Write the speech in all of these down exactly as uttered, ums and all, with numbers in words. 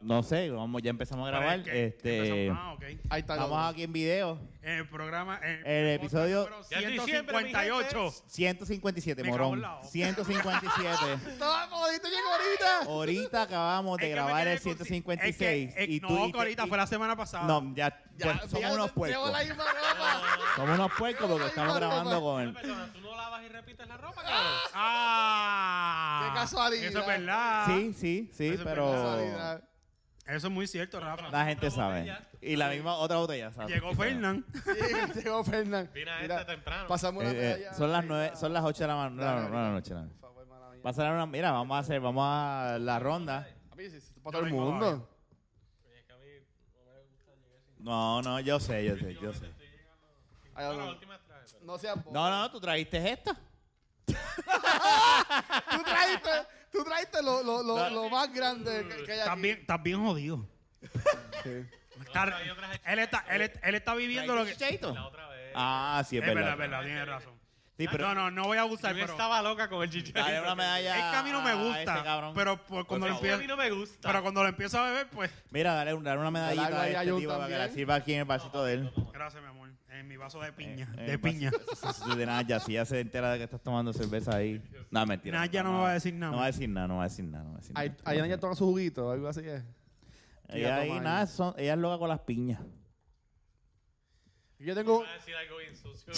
No sé, vamos, ya empezamos a grabar. Es que este, empezamos- ah, okay. Ahí está. Estamos aquí en video. En el programa... En El episodio- podcast número ciento cincuenta y ocho. ciento cincuenta y siete, Me cago en morón. la hoja. ciento cincuenta y siete. Estaba jodito, llegó ahorita. Ahorita acabamos de Es que me grabar quedé el ciento con- cincuenta y es que- seis. es- y no, tú y que te- ahorita y- fue la semana pasada. No, ya, Ya, pues, somos fíjate, unos llevo puercos. la misma ropa. Somos unos puercos porque Ay, estamos María, grabando María. con el... Perdona, ¿tú no lavas y repites la ropa, cabrón? ¡Ah! Qué casualidad. Eso es verdad. Sí, sí, sí, Eso es pero Casualidad. Eso es muy cierto, Rafa. la gente Otra sabe. botella. Y la misma otra botella, ¿sabes? Llegó Fernán. Sí, llegó Fernán. Vine a Mira, este temprano. Pasamos una Eh, eh, medalla. son las nueve, son las ocho de la, ma- no, no, no, la noche. la- Por favor, mala mía. Pasar a una, mira, vamos a hacer, vamos a la ronda. Papi, si esto es para todo el Yo vengo mundo. Es que a mí no me gusta llegar sin... No, no, yo sé, yo sé, yo sé. Estoy llegando... Ay, Bueno, no. la última traje, pero... No seas bobo. No, no, tú trajiste esto. Tú trajiste, tú trajiste lo, lo, lo, lo más grande que, que hay Estás aquí. bien, estás bien jodido. Sí. Está- No, yo traje- él, está, él, él está viviendo lo que... Chichaito? La otra vez. Ah, sí, es Es verdad, verdad. es verdad, tienes razón. Sí, pero No, no, no voy a abusar, Yo pero... estaba loca con el chicharito. dale una medalla. Es que a mí no me a gusta, este cabrón. pero pues, cuando lo A mí empiezo... no me gusta. Pero cuando lo empiezo a beber, pues... Mira, dale, un- dale una medallita Dale algo a ahí a este Jun tipo para que también. la sirva aquí en el vasito de él. Gracias, mi amor. En mi vaso de piña. Eh, de eh, piña. vas- De nada, ya, si ya se entera de que estás tomando cerveza ahí. No, mentira. Naya no me va a decir nada. No va a decir nada, no va a decir nada. No va a decir Ahí, nada. ahí ella toma su juguito o algo así. Es. Ella ahí, toma ahí. nada, son, ella es loca con las piñas. Yo tengo. Voy a decir algo bien sucio.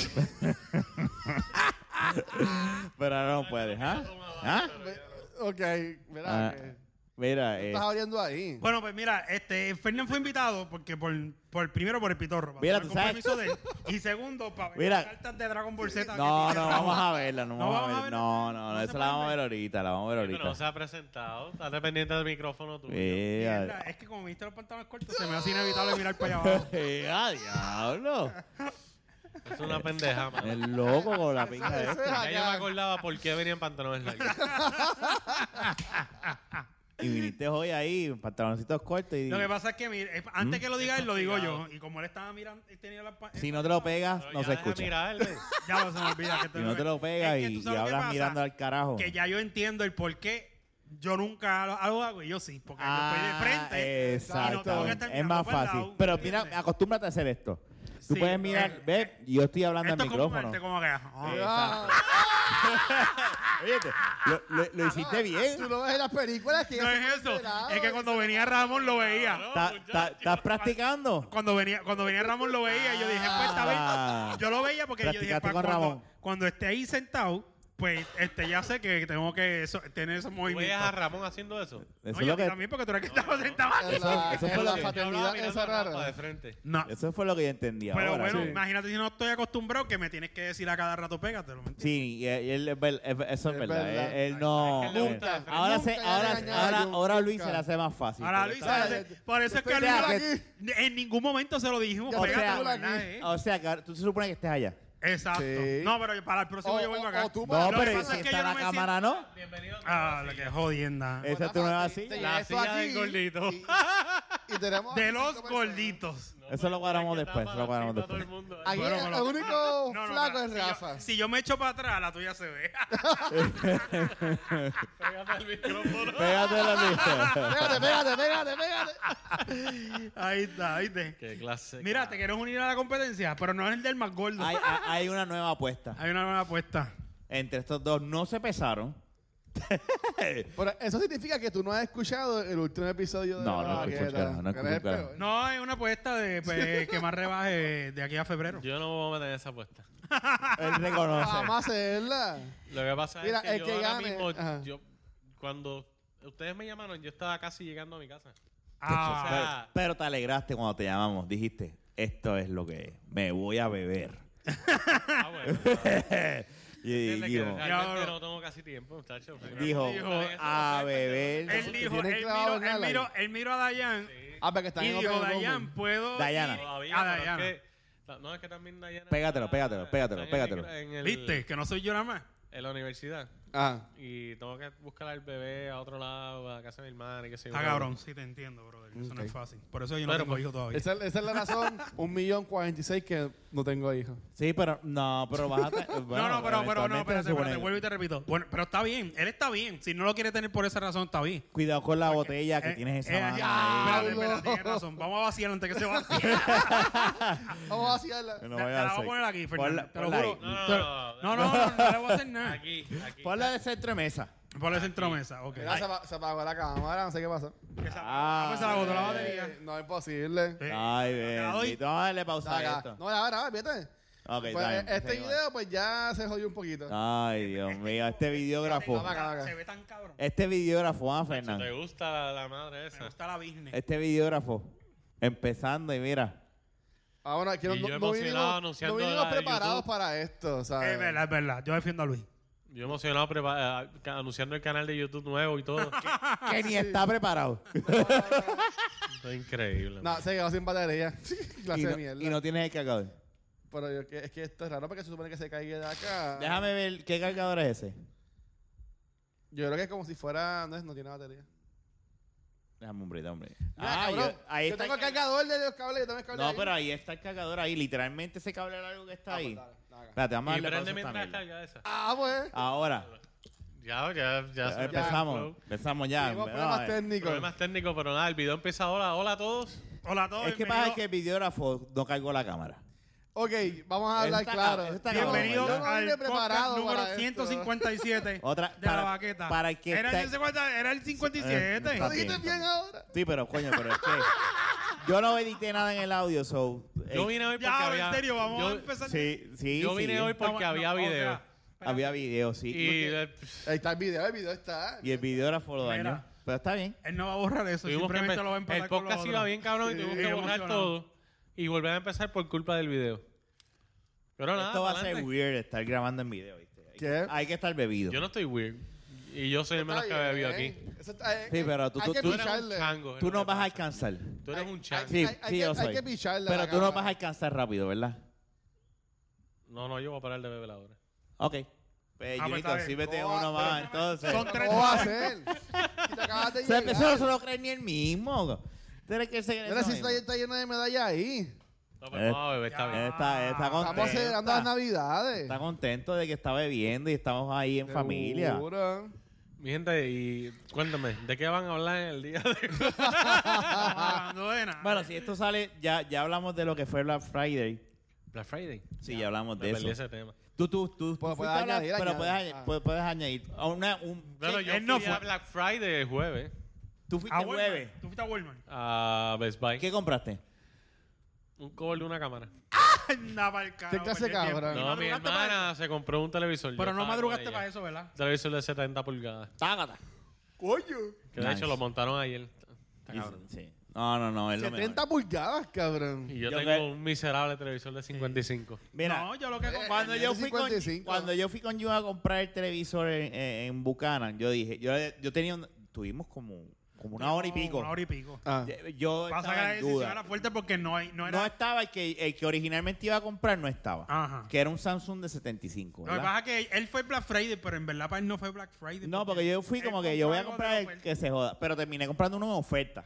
Pero ahora no puedes, ¿ah? ¿Ah? Ok, verá. Ah, que mira, eh, estás abriendo ahí. Bueno, pues mira, este, Fernán fue invitado porque por, por primero por el pitorro. para Mira, tomar tú sabes- compromiso de él, y segundo, para ver Mira. las cartas de Dragon Ball Z. no, que no, tiene. vamos a verla, no, ¿No vamos a vamos a ver. verla? No, no, no, ¿No se esa la vamos a puede ver ahorita, la vamos a ver Pero no ahorita. se ha presentado. Estate pendiente del micrófono tuyo. Mierda, Mira. es que como viste los pantalones cortos, se me hace inevitable mirar para allá abajo. Eh, ¡Ah, diablo! Es una pendeja, man. El loco con la pinga de Eso este. es Ya yo me acá. acordaba por qué venían pantalones largos. Y viniste hoy ahí, pantaloncitos cortos y... Lo que pasa es que, mire, eh, antes ¿Mm? que lo diga él, lo digo yo. Y como él estaba mirando y tenía la... pa- Si no te lo pegas, Pero no ya se deja escucha. mirarle. Ya se me olvida que Si no te lo pegas Es que y, tú y sabes lo que hablas pasa, mirando al carajo. Que ya yo entiendo el por qué yo nunca lo, lo hago y yo sí. Porque yo estoy de frente. Exacto. y no tengo que estar Es mirando más para el fácil. lado, Pero ¿entiendes? mira, acostúmbrate a hacer esto. Tú Sí, puedes mirar, eh, ve, yo estoy hablando al Esto es como micrófono. verte como que... ah, Ah, Oye, te- lo, lo- lo hiciste bien. Tú no ves en las películas que No ella es se eso. pelado, Es que cuando venía Ramón lo veía. Ta- ta- ¿Estás practicando? Cuando venía, cuando venía Ramón lo veía y yo dije, pues está Ah. bien. Yo lo veía porque yo dije, Practicaste pa, con cuando, Ramón. cuando esté ahí sentado, pues este ya sé que tengo que so- tener esos ¿Tú movimientos. veías a Ramón haciendo eso? Eso No, es yo lo que, también porque tú eres que estaba sentado aquí. En la, eso en fue la lo que- Yo hablaba fraternidad mirando esa a Rafa rara. de frente. No. eso fue lo que yo entendí Pero ahora. bueno, sí. imagínate si no estoy acostumbrado que me tienes que decir a cada rato pégatelo. ¿me entiendes? Sí, y él, él es ver- es- eso es Es verdad. verdad. Él, él no. Es que le gusta de frente. ahora se, Nunca le ahora, ha engañado a ahora, Jun, ahora a Luis nunca. se le hace más fácil. Ahora porque Luis, está- ¿sabes? se- por eso es que a Estoy Luis aquí. en ningún momento se lo dijimos. Ya pégatelo, estoy ¿verdad, aquí. eh? O sea, que ahora- tú se supone que estés allá. Exacto. Sí. No, pero para el próximo O- yo vengo o- acá. o tú No, vas- Lo que pero pasa si es que está yo la no me cámara, ¿no? Bienvenido. Ah, la que jodienda. Esa es tu nueva Te- te silla. lleva La esto silla aquí del gordito. Y, y tenemos De aquí los cinco personas. gorditos. Eso lo cuadramos después, eso lo cuadramos Todo el después. mundo. Aquí Bueno, el, bueno. el único No, no, flaco no, es si yo- Rafa. Si yo me echo para atrás, la tuya se ve. Pégate el micrófono. Pégate la lista. Pégate, pégate, pégate, pégate. Ahí está, ¿viste? Qué clase. Mira, te quieres unir a la competencia, pero no es el del más gordo. Hay, hay- hay una nueva apuesta. Hay una nueva apuesta. Entre estos dos no se pesaron. Pero eso significa que tú no has escuchado el último episodio de No, la no escuché el Baqueta, carajo, no que escuché eres el carajo. peor. No, es una apuesta de pues, que más rebaje de aquí a febrero. Yo no voy a meter esa apuesta. Él reconoce. Vamos a hacerla. Lo que pasa Mira, es que el yo que ahora gane- mismo, ajá. yo, cuando ustedes me llamaron, yo estaba casi llegando a mi casa. Ah, o Pero, sea- pero te alegraste cuando te llamamos. Dijiste, esto es lo que es. Me voy a beber. Ah, bueno. y Entiende que dijo, realmente Ya, no tengo casi tiempo, muchachos. dijo, Dijo, a beber. él dijo, tiene él clavado miró, en él ala. miró, él miró a Dayan Ah, pero que están y en dijo, Open Dayan, Enrollment. ¿puedo Dayana. ir Todavía, a pero Dayana? es que, no, es que también Dayana... Pégatelo, pégatelo, pégatelo, está en el pégatelo. micro- en el- ¿Viste? Que no soy yo nada más. En la universidad. Ajá. y tengo que buscar al bebé a otro lado, a casa de mi hermana y qué sé yo. Ah, cabrón, sí te entiendo, brother. Eso no Ok. es fácil. Por eso yo no Pero, tengo pues, hijos todavía. Esa, esa es la razón. Un millón cuarenta y seis que no tengo hijos. Sí, pero no, pero vas a te- no, bueno, no, pero, pero no, eventualmente espérate, se supone- espérate, vuelvo y te repito. Bueno, pero está bien, él está bien. Si no lo quiere tener por esa razón, está bien. Cuidado con la botella que Eh, tienes esa eh, mano ya, ahí. espérate, espérate, tienes razón. Vamos a vaciar antes que se vacíe. Vamos a hacerla. No te, vaya te a la voy a hacer. poner aquí, Ponla- Fernando. Te lo ponla juro. ahí. No, no, Te- no, no, no, no, no le voy a hacer nada. Aquí, aquí. Ponla de centro de mesa. Ponle centro mesa, ok. Mira, se, apa- se apagó la cámara, no sé qué pasó. Esa- Ah. ah, pues se la agotó la batería. Eh, no es posible. Sí. Ay, Te la doy. bendito. Vamos a darle pausa a Acá. esto. No, ahora, ahora, fíjate. Ok, Pues, está bien, este seguimos. video, pues ya se jodió un poquito. Ay, Dios mío. Este videógrafo. Acá, acá, acá. Se ve tan cabrón. Este videógrafo, ah, ¿Te Fernando. gusta la, la madre Me esa? gusta la business. Este videógrafo. Empezando y mira. Ahora, que no, Y yo no, emocionado vinimos, anunciando no vinimos la de preparados YouTube. para esto, ¿sabes? Es verdad, es verdad. Yo defiendo a Luis. Yo emocionado prepa- eh, ca- anunciando el canal de YouTube nuevo y todo. Que ni está preparado. Esto es increíble. No, se quedó sin batería. Clase Y de no, mierda. y no tienes el cargador. Pero yo, que, es que esto es raro porque se supone que se caiga de acá. Déjame ver qué cargador es ese. Yo creo que es como si fuera... No, es- no tiene batería. Déjame un break, hombre. Mira, Ah, cabrón, yo, ahí yo está tengo el el cargador de los cables, yo tengo el cable No, ahí. pero ahí está el cargador ahí. Literalmente ese cable largo que está Ah, ahí. pues, dale, dale, acá. Espérate, vamos a Y darle prende pausa a esta mientras mierda. carga esa. Ah, pues. Ahora. Ya, ya, ya. se me empezamos. flow. Empezamos ya. Tenemos No, problemas eh, técnicos. Problemas técnicos, pero nada, el video empieza ahora. Hola a todos. Hola a todos. Es que pasa es que el videógrafo no cargó la cámara. Ok, vamos a Eso hablar está claro. cabrón, eso está cabrón, Bienvenidos ¿verdad? Yo no al vine podcast preparado número para esto. ciento cincuenta y siete Otra- de para- la baqueta. para el que era, está- el cincuenta, era el cincuenta y Eh, siete. ¿Lo está dijiste bien. bien ahora? Sí, pero coño, pero es que yo no edité nada en el audio, so. eh, Yo vine hoy porque Ya, había... en serio, vamos yo, a empezar. Sí, sí, Yo sí. vine hoy porque No, había no, o sea, video. espérate. Había video, sí. Y eh, Ahí está el video, el video está. Y el videógrafo lo dañó. Mira. Pero está bien. Él no va a borrar eso, tuvimos que simplemente empe- lo va a empatar el con podcast lo iba otro. bien cabrón y Sí, tuvimos que bien borrar emocionado. todo y volver a empezar por culpa del video. Pero nada, Esto va a pa'lante. ser weird estar grabando en video, ¿viste? Hay, ¿Qué? hay que estar bebido. Yo no estoy weird. Y yo soy el menos que Está ha bebido bien. aquí. Eso está- eh, Sí, pero tú- hay tú- que tú Tú eres un picharle. chango. es Tú lo no que vas a pasa. alcanzar. Tú eres Hay- un chango. Sí, hay- hay sí, que- yo hay soy. que picharle a Pero la tú no cámara. vas a alcanzar rápido, ¿verdad? No, no, yo voy a parar de beber ahora. Ok. Pues, Ah, pues Junito, está bien. sírvete ¿Cómo va? uno Pero- más, entonces. Son tres ¿Cómo va a ser? Si te acabas de O sea, llegar. eso no se lo cree ni él mismo. ¿Tú eres que él se cree Mira eso si mismo? está, está lleno de medallas ahí. No, pero Eh, vamos a beber, está ya. bien. Está, está contento. Estamos celebrando las navidades. Está contento de que está bebiendo y estamos ahí en familia. Seguro. Mi gente, y cuéntame, ¿de qué van a hablar en el día de hoy? Estamos hablando de nada. Bueno, si esto sale, ya, ya hablamos de lo que fue Black Friday. Black Friday. Sí, ya hablamos Me de perdí eso. ese tema. Tú, tú, tú, tú Pues fuiste puedes a hablar, añadir, pero añade. puedes, añadir- Ah. puedes, puedes añadir. A una, un, Bueno, sí, yo él no fui a fue. Black Friday el jueves tú fuiste a el Walmart. jueves. ¿Tú fuiste a Walmart? a Best Buy. ¿Qué compraste? Un cover de una cámara. Anda pa'l carajo, ¿Qué clase perdí de tiempo. cabra? ¿Y No, mi madrugaste para hermana se compró un televisor. eso? yo Pero no estaba con madrugaste ella. para eso, ¿verdad? Un televisor de setenta pulgadas. Tágata. Coño. Que de Nice. hecho lo montaron ayer. Está cabrón. Sí. No, no, no. Es lo setenta mejor. pulgadas, cabrón. Y yo, Yo tengo que- un miserable televisor de cincuenta y cinco. Mira, No, yo lo que compré. cuando, yo fui con, cincuenta y cinco. cuando yo fui con Jun a comprar el televisor en, en, en Buchanan, yo dije, yo, yo tenía un, tuvimos como, como una hora y pico. Una hora y pico. Ah. Yo Pasa que estaba la en decisión duda. era fuerte porque no, hay, no era... No estaba el que, el que originalmente iba a comprar, no estaba. Ajá. Que era un Samsung de setenta y cinco. Lo que ¿verdad? pasa es que él fue Black Friday, pero en verdad para él no fue Black Friday. No, porque yo fui él como que yo voy a compró comprar algo el de que se joda. Pero terminé comprando uno en oferta.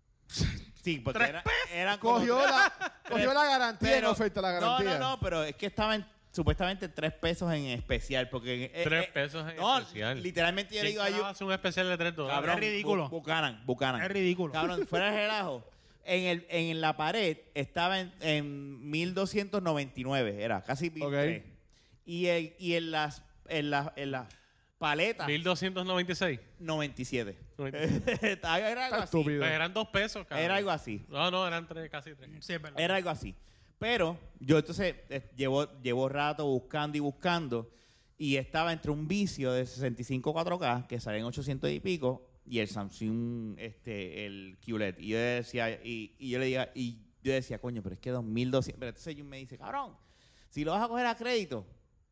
Sí, porque Tres era, eran como Cogió tres- la, cogió la garantía y pero- no oferta la garantía. No, no, no, pero es que estaban supuestamente tres pesos en especial. Porque, eh, Tres eh, pesos en no, especial. literalmente yo le ¿Quién digo a carajo Jun, hace un especial de tres dólares? cabrón, Es ridículo. Bu- Buchanan, Buchanan. Es ridículo. Cabrón, fuera de relajo. En, el, en la pared estaba en, en mil doscientos noventa y nueve, era casi mil tres. Y, el, y en las en las en las paletas, mil doscientos noventa y seis. noventa y siete. noventa y seis. era algo Está así. estúpido. Pues eran dos pesos, cabrón. Era algo así. No, no, eran tres, casi tres. Sí, es verdad. Era algo así. Pero yo entonces eh, llevo, llevo rato buscando y buscando y estaba entre un vicio de sesenta y cinco cuatro K que sale en ochocientos y pico y el Samsung, este, el Q L E D. Y yo decía, y, y yo le diga, y yo decía, coño, pero es que dos mil doscientos. Pero entonces Jun me dice, cabrón, si lo vas a coger a crédito,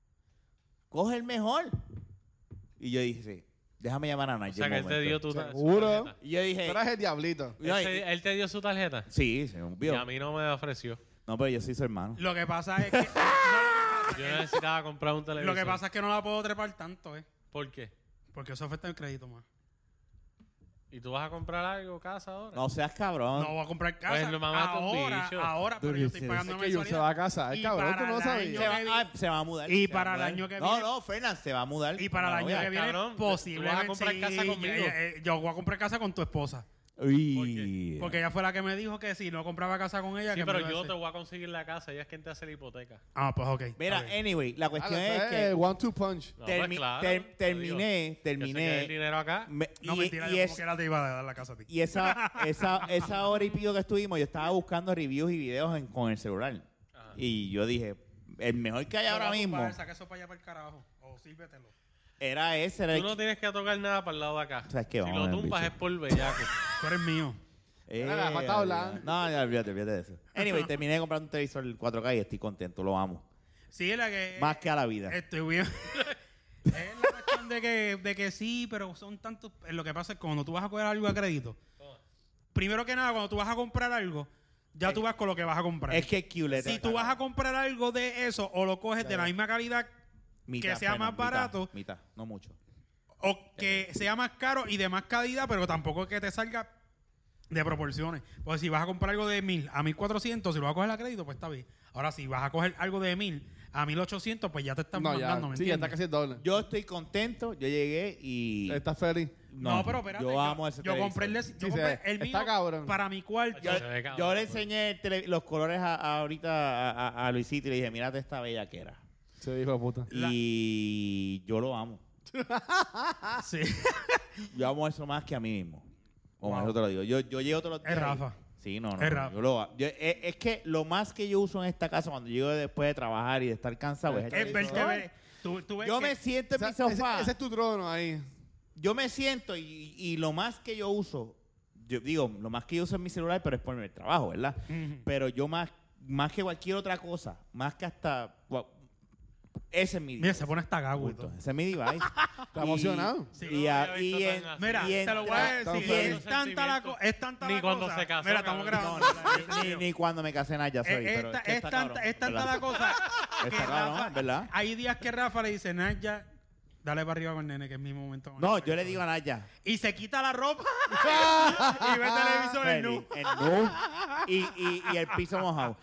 coge el mejor. Y yo dije, déjame llamar a O Nigel. sea, un que él te momento. dio tu, ta- su Seguro. tarjeta. Y yo dije, Tú eras el diablito. no, Él y- te, él te dio su tarjeta. sí, se me Y olvidó. a mí no me ofreció. No, pero yo soy su hermano. Lo que pasa es que... Yo necesitaba comprar un televisor. Lo que pasa es que no la puedo trepar tanto, ¿eh? ¿Por qué? Porque eso afecta el crédito más. ¿Y tú vas a comprar algo, casa ahora? No seas cabrón. No voy a comprar casa. Pues, no, mamá, tu ahora, bicho. ahora, pero yo estoy Es pagando que Jun se va a casa. Y Es cabrón, para tú no el sabías. año Se va, que ah, se va a mudar. Y se va a para el mudar. año que No, viene- no, Fernan, se va a mudar. Y para el No, año ya, que viene, cabrón, posiblemente. tú vas a comprar sí, casa conmigo. Yo, eh, yo voy a comprar casa con tu esposa. Uy. Porque ella fue la que me dijo que si no compraba casa con ella. Sí, que pero me iba a yo hacer- te voy a conseguir la casa. Ella es quien te hace la hipoteca. Ah, pues ok. Mira, está bien. anyway, la cuestión Ah, es fue que one two punch. No, termi- pues claro, ter- te terminé, digo, que se quede el terminé. dinero acá. me- No, y, mentira, y yo es- como quiera te iba a dar la casa a ti. y esa, esa, esa hora y pico que estuvimos, yo estaba buscando reviews y videos en- con el celular. Ajá. Y yo dije, el mejor que hay ahora mismo Saca eso para allá para el carajo. O sírvetelo. era ese. Era Tú el no tienes que tocar nada para el lado de acá. O sea, es que si vamos lo a ver, tumbas bicho. es por bellaco. Tú eres mío. Eh, Nada, falta hablar. No, ya, olvídate, olvídate de eso. Anyway, terminé de comprar un televisor cuatro K y estoy contento, lo amo. Sí, es la que. Más que a la vida. Estoy bien. Es la cuestión de que, de que sí, pero son tantos. Lo que pasa es que cuando tú vas a coger algo a crédito, primero que nada, cuando tú vas a comprar algo, ya tú vas con lo que vas a comprar. Es que Q-Let. si tú vas a comprar algo de eso o lo coges de la misma calidad Mitad, que sea Fernan, más barato, Mitad, mitad, no mucho. o que sea más caro y de más calidad, pero tampoco es que te salga de proporciones. Pues si vas a comprar algo de mil a mil cuatrocientos, si lo vas a coger a crédito, pues está bien. Ahora, si vas a coger algo de mil a mil ochocientos, pues ya te están No, mandando, ya. ¿me Sí, ya está entiendes? casi el doble. Yo estoy contento, yo llegué y... ¿Estás feliz? No, pero espérate. Yo amo ese yo televisor. compré el, de- yo Sí, compré se- el mío está cabrón. para mi cuarto. Yo, Se ve cabrón, yo le pues. enseñé el tele- los colores a, a ahorita a, a, a Luisito y le dije, mírate esta bella que era. Se dijo de puta. La- Y yo lo amo. Sí. Yo amo eso más que a mí mismo. O Wow. más, yo te lo digo. Yo, yo llego todos los Es días. y- Rafa. Sí, no, no. Es no, Rafa. yo lo, yo- es, es que lo más que yo uso en esta casa cuando llego después de trabajar y de estar cansado es el Es verte televisor. ver. Tú, tú ves Yo que- me siento O en sea, mi ese, sofá. ese es tu trono ahí. Yo me siento y, y lo más que yo uso, yo digo, lo más que yo uso en mi celular, pero es por el trabajo, ¿verdad? Ujú. Pero yo más, más que cualquier otra cosa, más que hasta... bueno, ese es mi Mira, se pone hasta gago y punto. todo. Ese es mi device. ¿Estás emocionado? Sí. Y, No a- lo había y visto en, tan así. Mira, y en- te lo voy a Tan decir. feliz. Es tanta la, co- es tanta Ni la cuando cosa. se casó, Mira, estamos cabrón. grabando. no, ni, ni, ni cuando me casé Naya, sorry, Es, pero esta- es, que es está tanta, cabrón, es tanta ¿verdad? la cosa que Está cabrón, Rafa, ¿verdad? hay días que Rafa le dice, Naya, dale para arriba con el nene, que es mi momento. con No, el yo le televisor". digo a Naya. Y se quita la ropa y ve el televisor en nu. En nu. Y, y, y el piso mojado.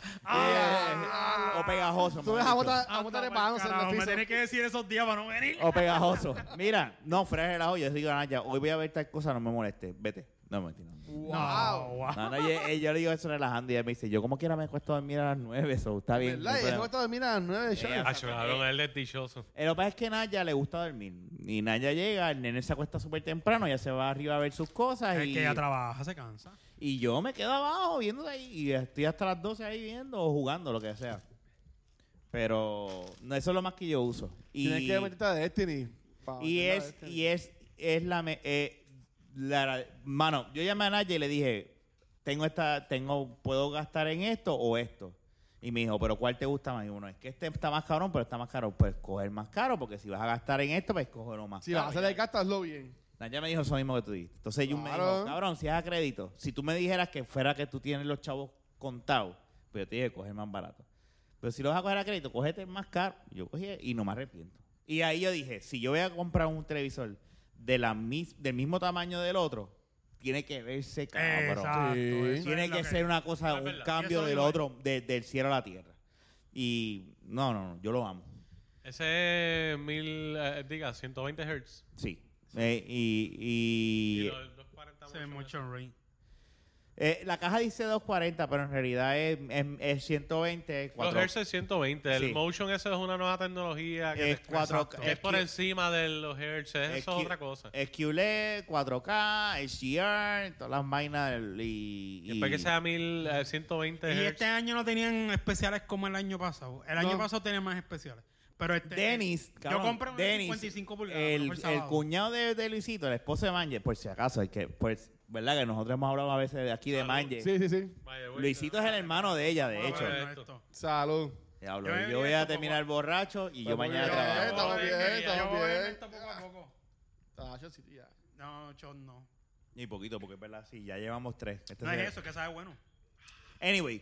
Ah. Y, eh, o pegajoso. Tú mejor ves a dicho. botar a Anda botar de pa'l bounce en carajo, el me piso. tienes que decir esos días para no venir. O pegajoso. Mira, no, fuera de relajo, yo digo a Naya, hoy voy a ver tal cosa, no me moleste, vete. No, mentira. Wow. No, wow. No, no, yo, yo le digo eso relajando y ella me dice, yo como quiera me cuesta dormir a las nueve, eso está bien. ¿Verdad? no hay Y eso problema. está dormir a las nueve. Ella- Ah, cabrón, él es dichoso. Eh, Lo que pasa es que Naya le gusta dormir. Y Naya llega, el nene se acuesta súper temprano, ya se va arriba a ver sus cosas. Es y, que ella trabaja, se cansa. y yo me quedo abajo viendo de ahí. Y estoy hasta las doce ahí viendo o jugando, lo que sea. Pero no, eso es lo más que yo uso. Y, Tienes que meterte a Destiny. pa y meterla a es, Destiny. y es, es la, me- eh, la- mano, yo llamé a Naya y le dije, tengo esta, tengo, puedo gastar en esto o esto. Y me dijo, pero ¿cuál te gusta más? Y uno, es que este está más caro, pero está más caro. Pues coger más caro, porque si vas a gastar en esto, pues coger lo más Si caro. vas a hacer el gasto, hazlo bien. Naya me dijo eso mismo que tú dijiste. Entonces yo me Claro. dijo, cabrón, si es a crédito, si tú me dijeras que fuera que tú tienes los chavos contados, pues yo te dije, coger más barato. Pero si lo vas a coger a crédito, cógete el más caro. Yo cogí y no me arrepiento. Y ahí yo dije, si yo voy a comprar un televisor de la mis- del mismo tamaño del otro, tiene que verse cabrón. Exacto. Sí. eso Tiene es lo que ser una cosa, Es un verdad. cambio Eso del digo otro, de- del cielo a la tierra. Y no, no, no, yo lo amo. Ese es mil, eh, diga, ciento veinte hertz. Sí. Eh, y Y y los doscientos cuarenta Se ve mucho mucho rate. eh, la caja dice doscientos cuarenta, pero en realidad es, es, es ciento veinte. Los cuatro- hertz es ciento veinte. Sí. El motion eso es una nueva tecnología que, Es cuatro- Exacto. que es por es- encima de los hertz. Eso es Q- otra cosa. es Q L E D, cuatro K, H D R, todas las vainas del- y, y- Después que sea mil, eh, ciento veinte Y hertz. este año no tenían especiales como el año pasado. El año No. pasado tenían más especiales. Pero este, Dennis, yo cabrón, compré un Dennis, cincuenta y cinco pulgadas. el, no fue el sábado. cuñado de, de Luisito, el esposo de Manje, por si acaso, el que, pues, ¿verdad? Que nosotros hemos hablado a veces de aquí de Salud. Manje. Sí, sí, sí. Vaya, güey. Luisito es el hermano de ella, de Bueno, hecho. bueno, esto. esto. Salud. Diablo, Yo yo, bebería voy a esto terminar poco. borracho y yo Pues mañana muy bien, trabajo. estamos bien, Yo estamos voy a beber bien. esto poco a poco. Tacho, sí, ya. No, chon, no. Y poquito, porque es verdad, sí, ya llevamos tres. Este No se- es eso, que sabe bueno. Anyway,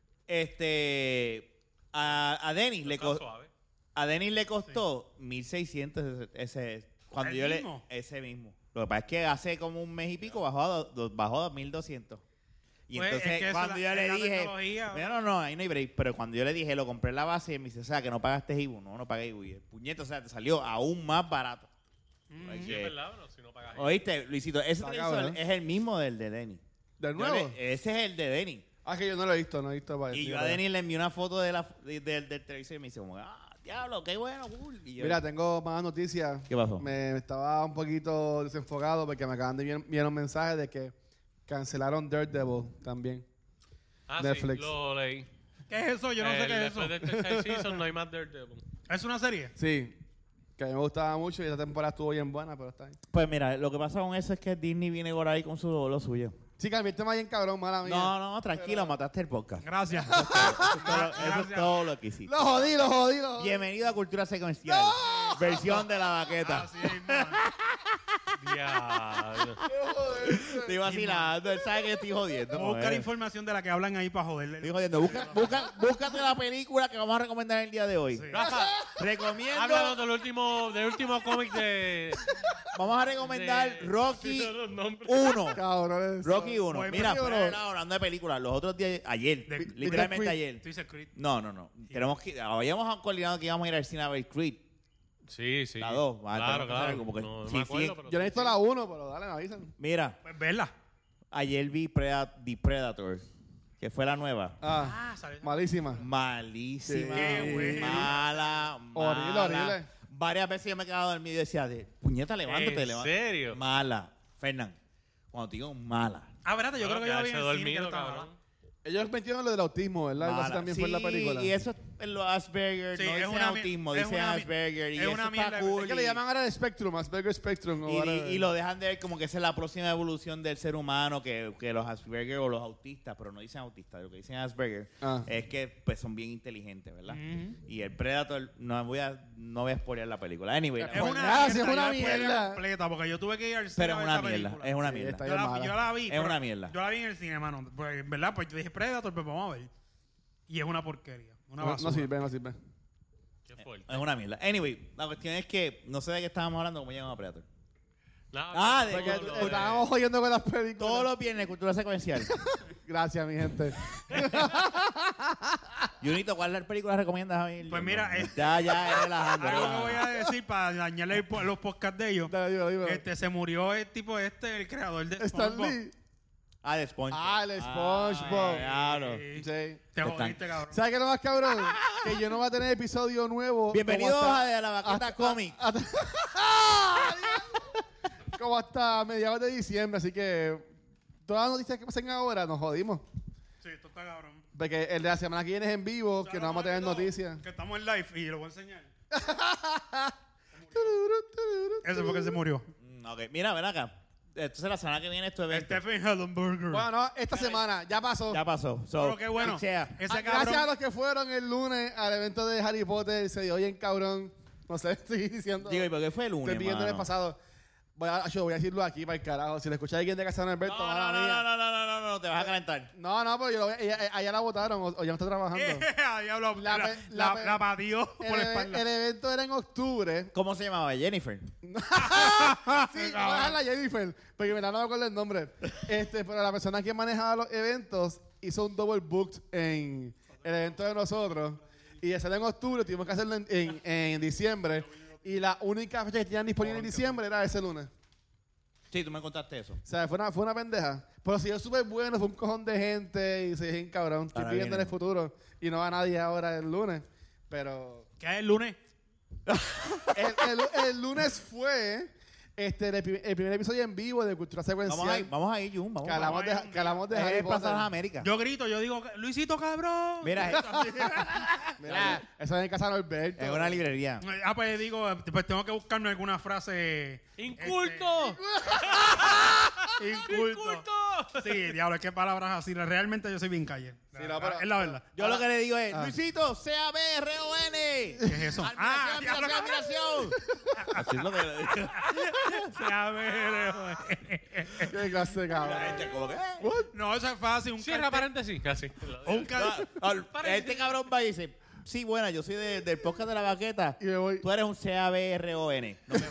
este, a, a Denis le Está co- suave. a Denis le costó mil seiscientos ese, ese Cuando ¿El yo mismo? le... Ese mismo. Lo que pasa es que hace como un mes y pico bajó a, do- do- bajó a dos mil doscientos. Y Pues, entonces es que eso cuando la- yo es le la dije... tecnología. No, no, no, ahí no hay break. Pero cuando yo le dije, lo compré en la base, y él me dice, o sea, que no pagaste I B U. No, no pagué I B U. Y el puñeto, o sea, te salió aún más barato. Mm. Oye, Sí, es verdad, pero si no pagas ahí. Oíste, Luisito, ese Está televisor cabrón. es el mismo del de Denny. ¿De Yo nuevo? le- ese es el de Denny. Ah, que yo no lo he visto, no he visto. para Y decir, yo a para- Denny le envié una foto de la, de- del- del televisor y me dice como, ah, diablo, qué bueno, cool. Y yo, Mira, tengo más noticias. ¿Qué pasó? Me, me estaba un poquito desenfocado porque me acaban de enviar, enviar un mensaje de que cancelaron Daredevil también. Ah, Netflix. sí, lo leí. ¿Qué es eso? Yo no sé El- qué es eso. Después del tercer season no hay más Daredevil. ¿Es una serie? Sí, que a mí me gustaba mucho y esta temporada estuvo bien buena, pero está ahí. Pues mira, lo que pasa con eso es que Disney viene por ahí con su, lo suyo. Sí, cambié el tema bien cabrón, mala mía. No, no, tranquilo, mataste el podcast. Gracias. Eso es todo- eso es Gracias. todo lo que hiciste. Lo jodí, lo jodí, lo jodí. Bienvenido a Cultura Secuencial. Versión de la baqueta. Así es, man. Diablo. Estoy vacilando, él sabe que estoy jodiendo. Vamos a buscar joder. información de la que hablan ahí para Estoy joderle. jodiendo. Busca, busca, búscate la película que vamos a recomendar el día de hoy. Sí. Rafa, Recomiendo. háblanos del último, del último cómic de... Vamos a recomendar de- Rocky de los nombres. uno. Cabrón, eso. Rocky uno. Pues, Mira, Rocky uno. fuera de lado, hablando de películas, los otros días, ayer, De- literalmente de ayer. Tú dices Creed. No, no, no. Tenemos que, habíamos coordinado que íbamos a ir al cine a ver Creed. Sí, sí. La dos, va, Claro, tenemos que hacer claro. algo, porque no, no sí, me acuerdo, sí. pero Yo no he sí, visto sí. la uno, pero dale, me avisan. Mira, Pues verla. ayer vi Preda- The Predator, que fue la nueva. Ah, Ah, ¿sabes? malísima. Malísima, Sí. Qué güey. mala, Horrible, mala. horrible. Varias veces yo me he quedado dormido y decía, de, puñeta, levántate, ¿En levántate. serio? Mala. Fernán, cuando te digo mala. Ah, verdad, yo creo que yo la vi en el cine. dormido, que no estaba cabrón. mala. Ellos metieron lo del autismo, ¿verdad? Eso Mala. también sí, fue en la película. y eso es lo Asperger, Sí, no es dicen una mi- autismo, es dicen una mi- Asperger. Y es eso una está mierda. cool. Es que le y- llaman ahora el Spectrum, Asperger Spectrum. o Y, whatever. y- y lo dejan de ver como que esa es la próxima evolución del ser humano, que, que los Asperger o los autistas, pero no dicen autistas, lo que dicen Asperger Ah. es que pues son bien inteligentes, ¿verdad? Ujú. Y el Predator, no voy a no voy a spoilear la película. Anyway, Es Pues una nada, si mierda, es una yo después mierda. completa, porque yo tuve que ir al cine pero a es ver una esa mierda, película. es una Sí, mierda. está Yo bien la, mala. yo la vi. Es pero una mierda. Yo la vi en el cine, hermano. Pues, en verdad, pues yo dije Predator, pues vamos a ver. Y es una porquería. Una No, basura. no sirve, no sirve. Qué fuerte. Es una mierda. Anyway, la cuestión es que no sé de qué estábamos hablando, cómo llegamos a Predator. Nada, Ah, de- Porque no, no, estábamos jodiendo con las películas. Todos los viernes, cultura secuencial. Gracias, mi gente. Junito, ¿cuál película recomiendas a mí? Pues mira, eh, ya, ya, es relajando. Algo que relajando. voy a decir para dañarle el po- los podcasts de ellos. Dale, dímelo, dímelo. Este, se murió el tipo este, el creador de Stan SpongeBob. Lee. Ah, de SpongeBob. Ah, el SpongeBob. Ah, diablo. Sí. Sí. Te Están- jodiste, cabrón. ¿Sabes qué es lo más cabrón? Que yo no voy a tener episodio nuevo. Bienvenidos como hasta- a la Baqueta hasta- Comic. hasta- como hasta mediados de diciembre, así que todas las noticias que pasen ahora nos jodimos. Sí, esto está cabrón. Porque el de la semana que viene es en vivo, que no vamos a tener noticias. Que estamos en live y lo voy a enseñar. Ese fue que se murió. Mm, ok, mira, ven acá. Entonces la semana que viene esto evento. Stephen Hellenberger. Bueno, no, esta semana ya pasó. Ya pasó. So, Pero qué bueno. o sea, Ese Ah, cabrón. gracias a los que fueron el lunes al evento de Harry Potter, se dio bien cabrón. No sé, estoy diciendo. digo, ¿y por qué fue el lunes, Estoy viendo en el mano? pasado. Voy a, yo voy a decirlo aquí para el carajo. Si le escucha a alguien de casa de Alberto, No, no, mala no, mía. no, no, no, no, no, no, te vas a calentar. No, no, pero yo lo voy- ella, ella la votaron o, o ya no está trabajando. Ah, diablo, La la, pe- la, la pe- la pateó por el, la eve- espalda. el evento era en octubre. ¿Cómo se llamaba? Jennifer. Sí, voy a dejarla a Jennifer, porque me la no me acuerdo el nombre. Este, pero la persona que manejaba los eventos hizo un double booked en el evento de nosotros. Y ese era en octubre, tuvimos que hacerlo en, en, en diciembre. Y la única fecha que tenían disponible en diciembre era ese lunes. Sí, tú me contaste eso. O sea, fue una, fue una pendeja. Pero si es súper bueno, fue un cojón de gente y se dije, cabrón, estoy Ahora viviendo en viene. el futuro. Y no va nadie ahora el lunes. Pero ¿Qué es el lunes? el, el- el lunes fue este, el, pri- el primer episodio en vivo de Cultura Secuencial. Vamos ahí, vamos ahí, Jun. Vamos. que hablamos vamos de, ahí, que hablamos de Es Harry el Plaza de las Potter. Américas. Yo grito, yo digo, Luisito, cabrón. Mira, es, Mira, eso es en casa de Norberto. es una librería. Ah, pues digo, pues tengo que buscarme alguna frase. ¡Inculto! Este, inculto. ¡Inculto! Sí, diablo, es que palabras así. Realmente yo soy bien calle. Sí, no, pero- es la verdad. Yo lo que le digo es, Ah. Luisito, C A B R O N. ¿Qué es eso? Ah, Admiración, diablo, admiración, admiración. Así es lo que le digo. Sí, a ver, Qué clase de cabrón. La gente como que, eh. What? no, eso es fácil. Un Cierra cartel- paréntesis. Casi. o un car- Ah, ah, Este cabrón va y dice, sí, buena, yo soy de- del podcast de la baqueta. Y me voy Tú eres un C A B R O N. No me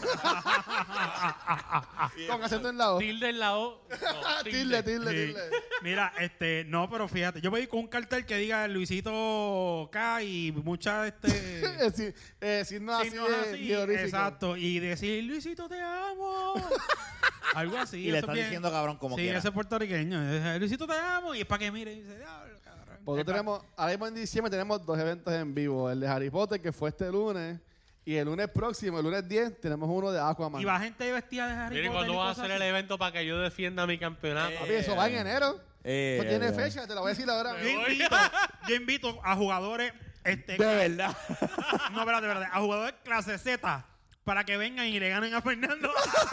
con acento en la O. Tilde en la O. No, Tilde, tilde, Sí. tilde. Mira, este, no, pero fíjate, yo pedí con un cartel que diga Luisito K y muchas este Eh, sí, eh, signos así signos de así, jeroglíficos. exacto, y decir Luisito te amo. Algo así. Y le eso están es bien- diciendo cabrón como sí, quiera. ese es puertorriqueño. Es, Luisito te amo y es para que mire y dice, diablo, cabrón. Pues Es pa- tenemos, ahora mismo en diciembre tenemos dos eventos en vivo. El de Harry Potter, que fue este lunes. Y el lunes próximo, el lunes diez, tenemos uno de Aquaman. Y va gente vestida de Harry Miren, Potter. cuando y vas a cosas hacer el así. evento para que yo defienda mi campeonato. Papi, eso va en enero. Eh, Eso tiene eh, fecha, te la voy a decir ahora. Yo invito, yo invito a jugadores este, De verdad. no, espérate, espérate, a jugadores clase Z para que vengan y le ganen a Fernando.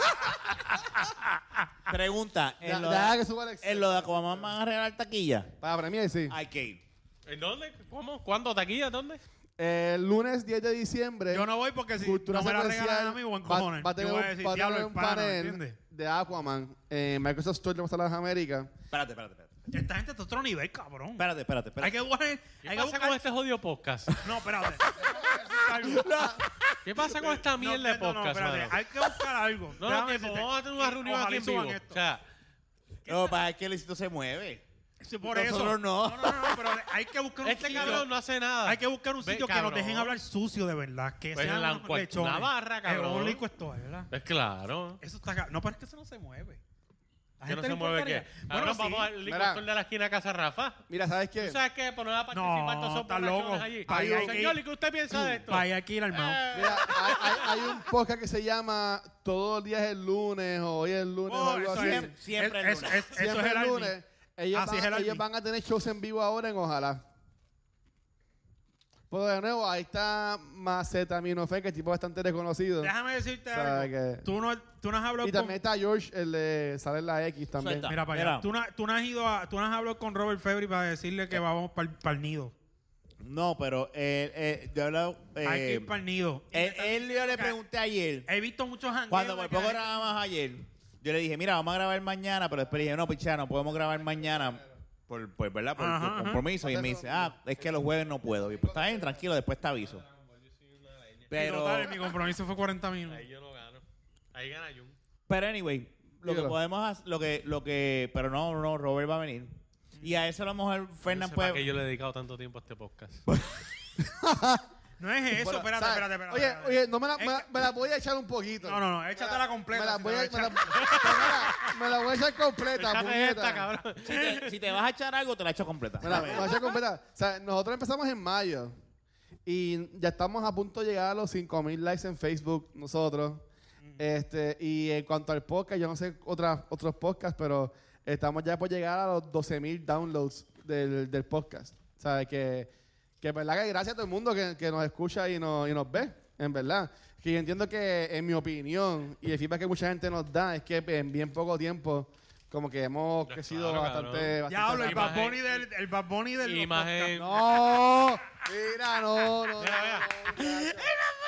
Pregunta. Ya- En lo, ya de, que suba el Excel. en lo de Aquaman van a regalar taquilla. Para premiar, sí. Hay que ir. ¿En dónde? ¿Cómo? ¿Cuándo? ¿Taquilla? ¿Dónde? El lunes diez de diciembre. Yo no voy porque si Cultura no me la Secuencial regalan a mí, buen va, cojones. va a tener Yo un, voy a decir, va a tener diablo, un es pana, panel ¿entiendes? de Aquaman en Microsoft Store de las Américas. Espérate, espérate, espérate. Esta gente está a otro nivel, cabrón. Espérate, espérate, espérate. Hay que buscar... ¿Qué Hay que pasa buscar... con este jodido podcast? No, espérate. ¿Qué pasa con esta No, mierda de no, no, podcast, espérate. mano? Hay que buscar algo. No, no, Déjame tiempo. decirte. Vamos a tener una reunión Ojalá aquí y en suban vivo. esto. O sea, No, para es que el éxito se mueve. Sí, por Nosotros eso. no. No, no, no, pero hay que buscar un este sitio. cabrón no hace nada. Hay que buscar un Ve, sitio que nos cabrón. dejen hablar sucio de verdad. Que Pues sean en la unos cual- lechones. una barra, cabrón. Es único esto, ¿verdad? Es claro. Eso está... ca- No, pero es que eso no se mueve. La Que no gente se le mueve importaría. qué. Bueno, Ahora sí. vamos al Mira. licor de la esquina Casa Rafa. Mira, ¿sabes qué? ¿Tú sabes qué? Poner a participar No, todos esos está borrachones loco. allí. Ahí hay que Señor, ir. ¿y qué usted piensa de esto? Vaya aquí ir armado. Eh, Mira, hay, hay- hay un podcast que se llama Todos los días es el lunes o hoy es el lunes o Oh, algo eso así. es- Siempre el es- lunes. es- Eso Siempre es el el Army. lunes. Ellos, Así van, es el ellos Army. van a tener shows en vivo ahora en Ojalá. Pero de nuevo, ahí está Macetaminofen, que es tipo bastante reconocido. Déjame decirte O sea, algo. que- Tú no, tú no has hablado Y con... también está George, el de Sale en la X también. Suelta. Mira para Mira. allá. Tú no, tú no has ido a... Tú no has hablado con Robert Febri para decirle que vamos para el nido. No, pero eh, eh, yo he hablado. eh, Hay que ir para el nido. Y él, me están él yo diciendo le que pregunté ayer. He visto muchos jangueos. Cuando de por que poco la- grabamos ayer, yo le dije, mira, vamos a grabar mañana, pero después le dije, no, pichá, no podemos grabar mañana por, por ¿verdad? Por, Ajá, por ajá. compromiso. Y él me dice, ah, es que los jueves no puedo. Y pues está bien, tranquilo, después te aviso. Y Pero, total, mi compromiso fue cuarenta minutos. Ahí yo no gano. Ahí gana Jun. pero anyway, lo que Dígalo. podemos hacer, lo que, lo que, pero no, no, Robert va a venir. Y a eso a lo mejor Fernan No sé puede. para qué yo le he dedicado tanto tiempo a este podcast. No es eso, Bueno, espérate, ¿sabes? espérate, espérate. Oye, espérate. oye, no me la, Es me, la, que- me la voy a echar un poquito. No, no, no, échatela completa. Me la si voy te a, la me la, echas. me la- me la voy a echar completa, Échate puñeta. esta, cabrón. Si te, si te vas a echar algo, te la echo completa. Me la, me la voy a echar completa. O sea, nosotros empezamos en mayo y ya estamos a punto de llegar a los cinco mil likes en Facebook nosotros. Este, y en cuanto al podcast, yo no sé otras, otros podcasts, pero estamos ya por llegar a los doce mil downloads del, del podcast. O sea, que, que en verdad que gracias a todo el mundo que, que nos escucha y nos, y nos ve, en verdad. Que yo entiendo que, en mi opinión, y el feedback que mucha gente nos da, es que en bien poco tiempo, como que hemos Ya, crecido claro, bastante, cabrón. bastante Ya hablo, el rápido. Bad Bunny del... El Bad Bunny del... Imagen. No, mira, no, no. Mira, no, muchacho.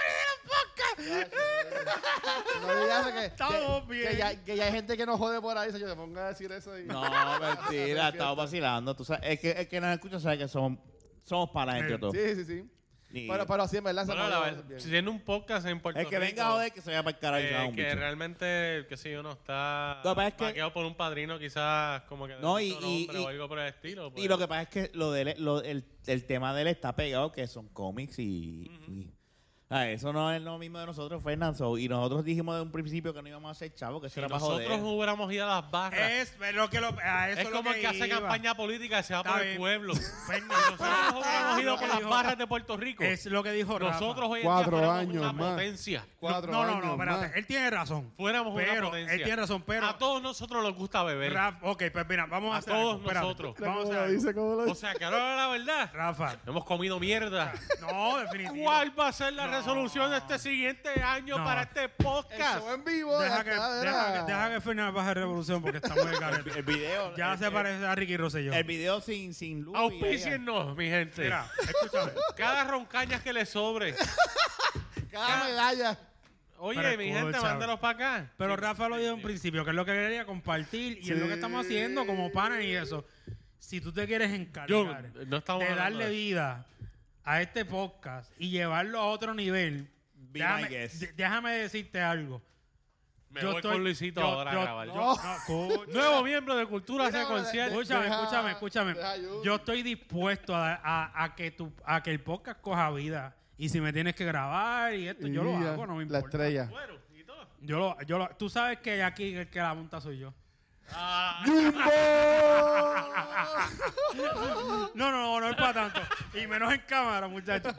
No digas que, Estamos que, bien. que ya, que ya hay gente que nos jode por ahí, se yo te ponga a decir eso y No, mentira, estamos vacilando. Tú sabes, es que el que nos escucha sabe que somos, somos panas entre todos. Sí, sí, sí. Y Pero, pero sí, en verdad se Bueno, nos la lleva verdad, bien. si tiene un podcast en Puerto el que Rico, venga a joder, que se vaya para el carajo y se eh, haga un que bicho. realmente, qué sé yo, no está Lo que pasa es que- vaqueado por un padrino, quizás como que de No, y- otro y- nombre y- o algo por el estilo. pues. Y lo que pasa es que lo de él- lo- el, el tema de él está pegado, que son cómics y... y- ah, eso no es lo mismo de nosotros, Fernando. Y nosotros dijimos de un principio que no íbamos a hacer chavo, que eso si era para nosotros joder. hubiéramos ido a las barras, Es lo que lo... A eso es lo como el que hace iba. campaña política y se va Está por bien. el pueblo. Fernando, Nosotros hubiéramos ido lo que por las dijo- barras de Puerto Rico. Es lo que dijo Rafa. Nosotros hoy en Cuatro día fuéramos años una más. potencia. Cuatro no, no, años no, espérate. más. Él tiene razón. Fuéramos una Pero, potencia. él tiene razón, pero... A todos nosotros nos gusta beber. Rafa, ok, pues mira, vamos a, A hacer todos algo, espérate. nosotros. Mira Vamos a cómo hacer lo algo. dice, cómo lo O dice. sea, que ahora la verdad, Rafa. hemos comido mierda. No, definitivo. ¿Cuál va a ser la No. resolución de este siguiente año No. para este El podcast? show en vivo. Deja ya que, está, deja, verá. que, deja que Fernández baje revolución porque está muy carete. El video... Ya el, se el- parece a Ricky Rosselló. El video sin, sin luz. y ahí- Auspíciennos, mi gente. Mira, escúchame. Cada roncañas que le sobre. Cada medalla. Oye, Pero mi gente, escúchame. mándalos para acá. Pero Rafa lo dijo en principio, que es lo que quería compartir y es lo que estamos haciendo como panas y eso. Si tú te quieres Yo, encargar no estamos de hablando darle de eso. vida a este podcast y llevarlo a otro nivel, Be déjame, my guest. d- déjame decirte algo. Me voy con Luisito ahora yo- a grabar. yo- No. no, escucha, Nuevo miembro de Cultura Mira, Secuencial. de- escúchame, Deja- escúchame, escúchame. deja yo. Yo estoy dispuesto a, a, a que tu, a que el podcast coja vida. Y si me tienes que grabar y esto, yo lo Y hago, no me La importa. estrella. Bueno, y todo. Yo lo, yo lo, tú sabes que aquí el que la monta soy yo. Ah, ¡Jumbo! No, no, no, no es para tanto. Y menos en cámara, muchachos.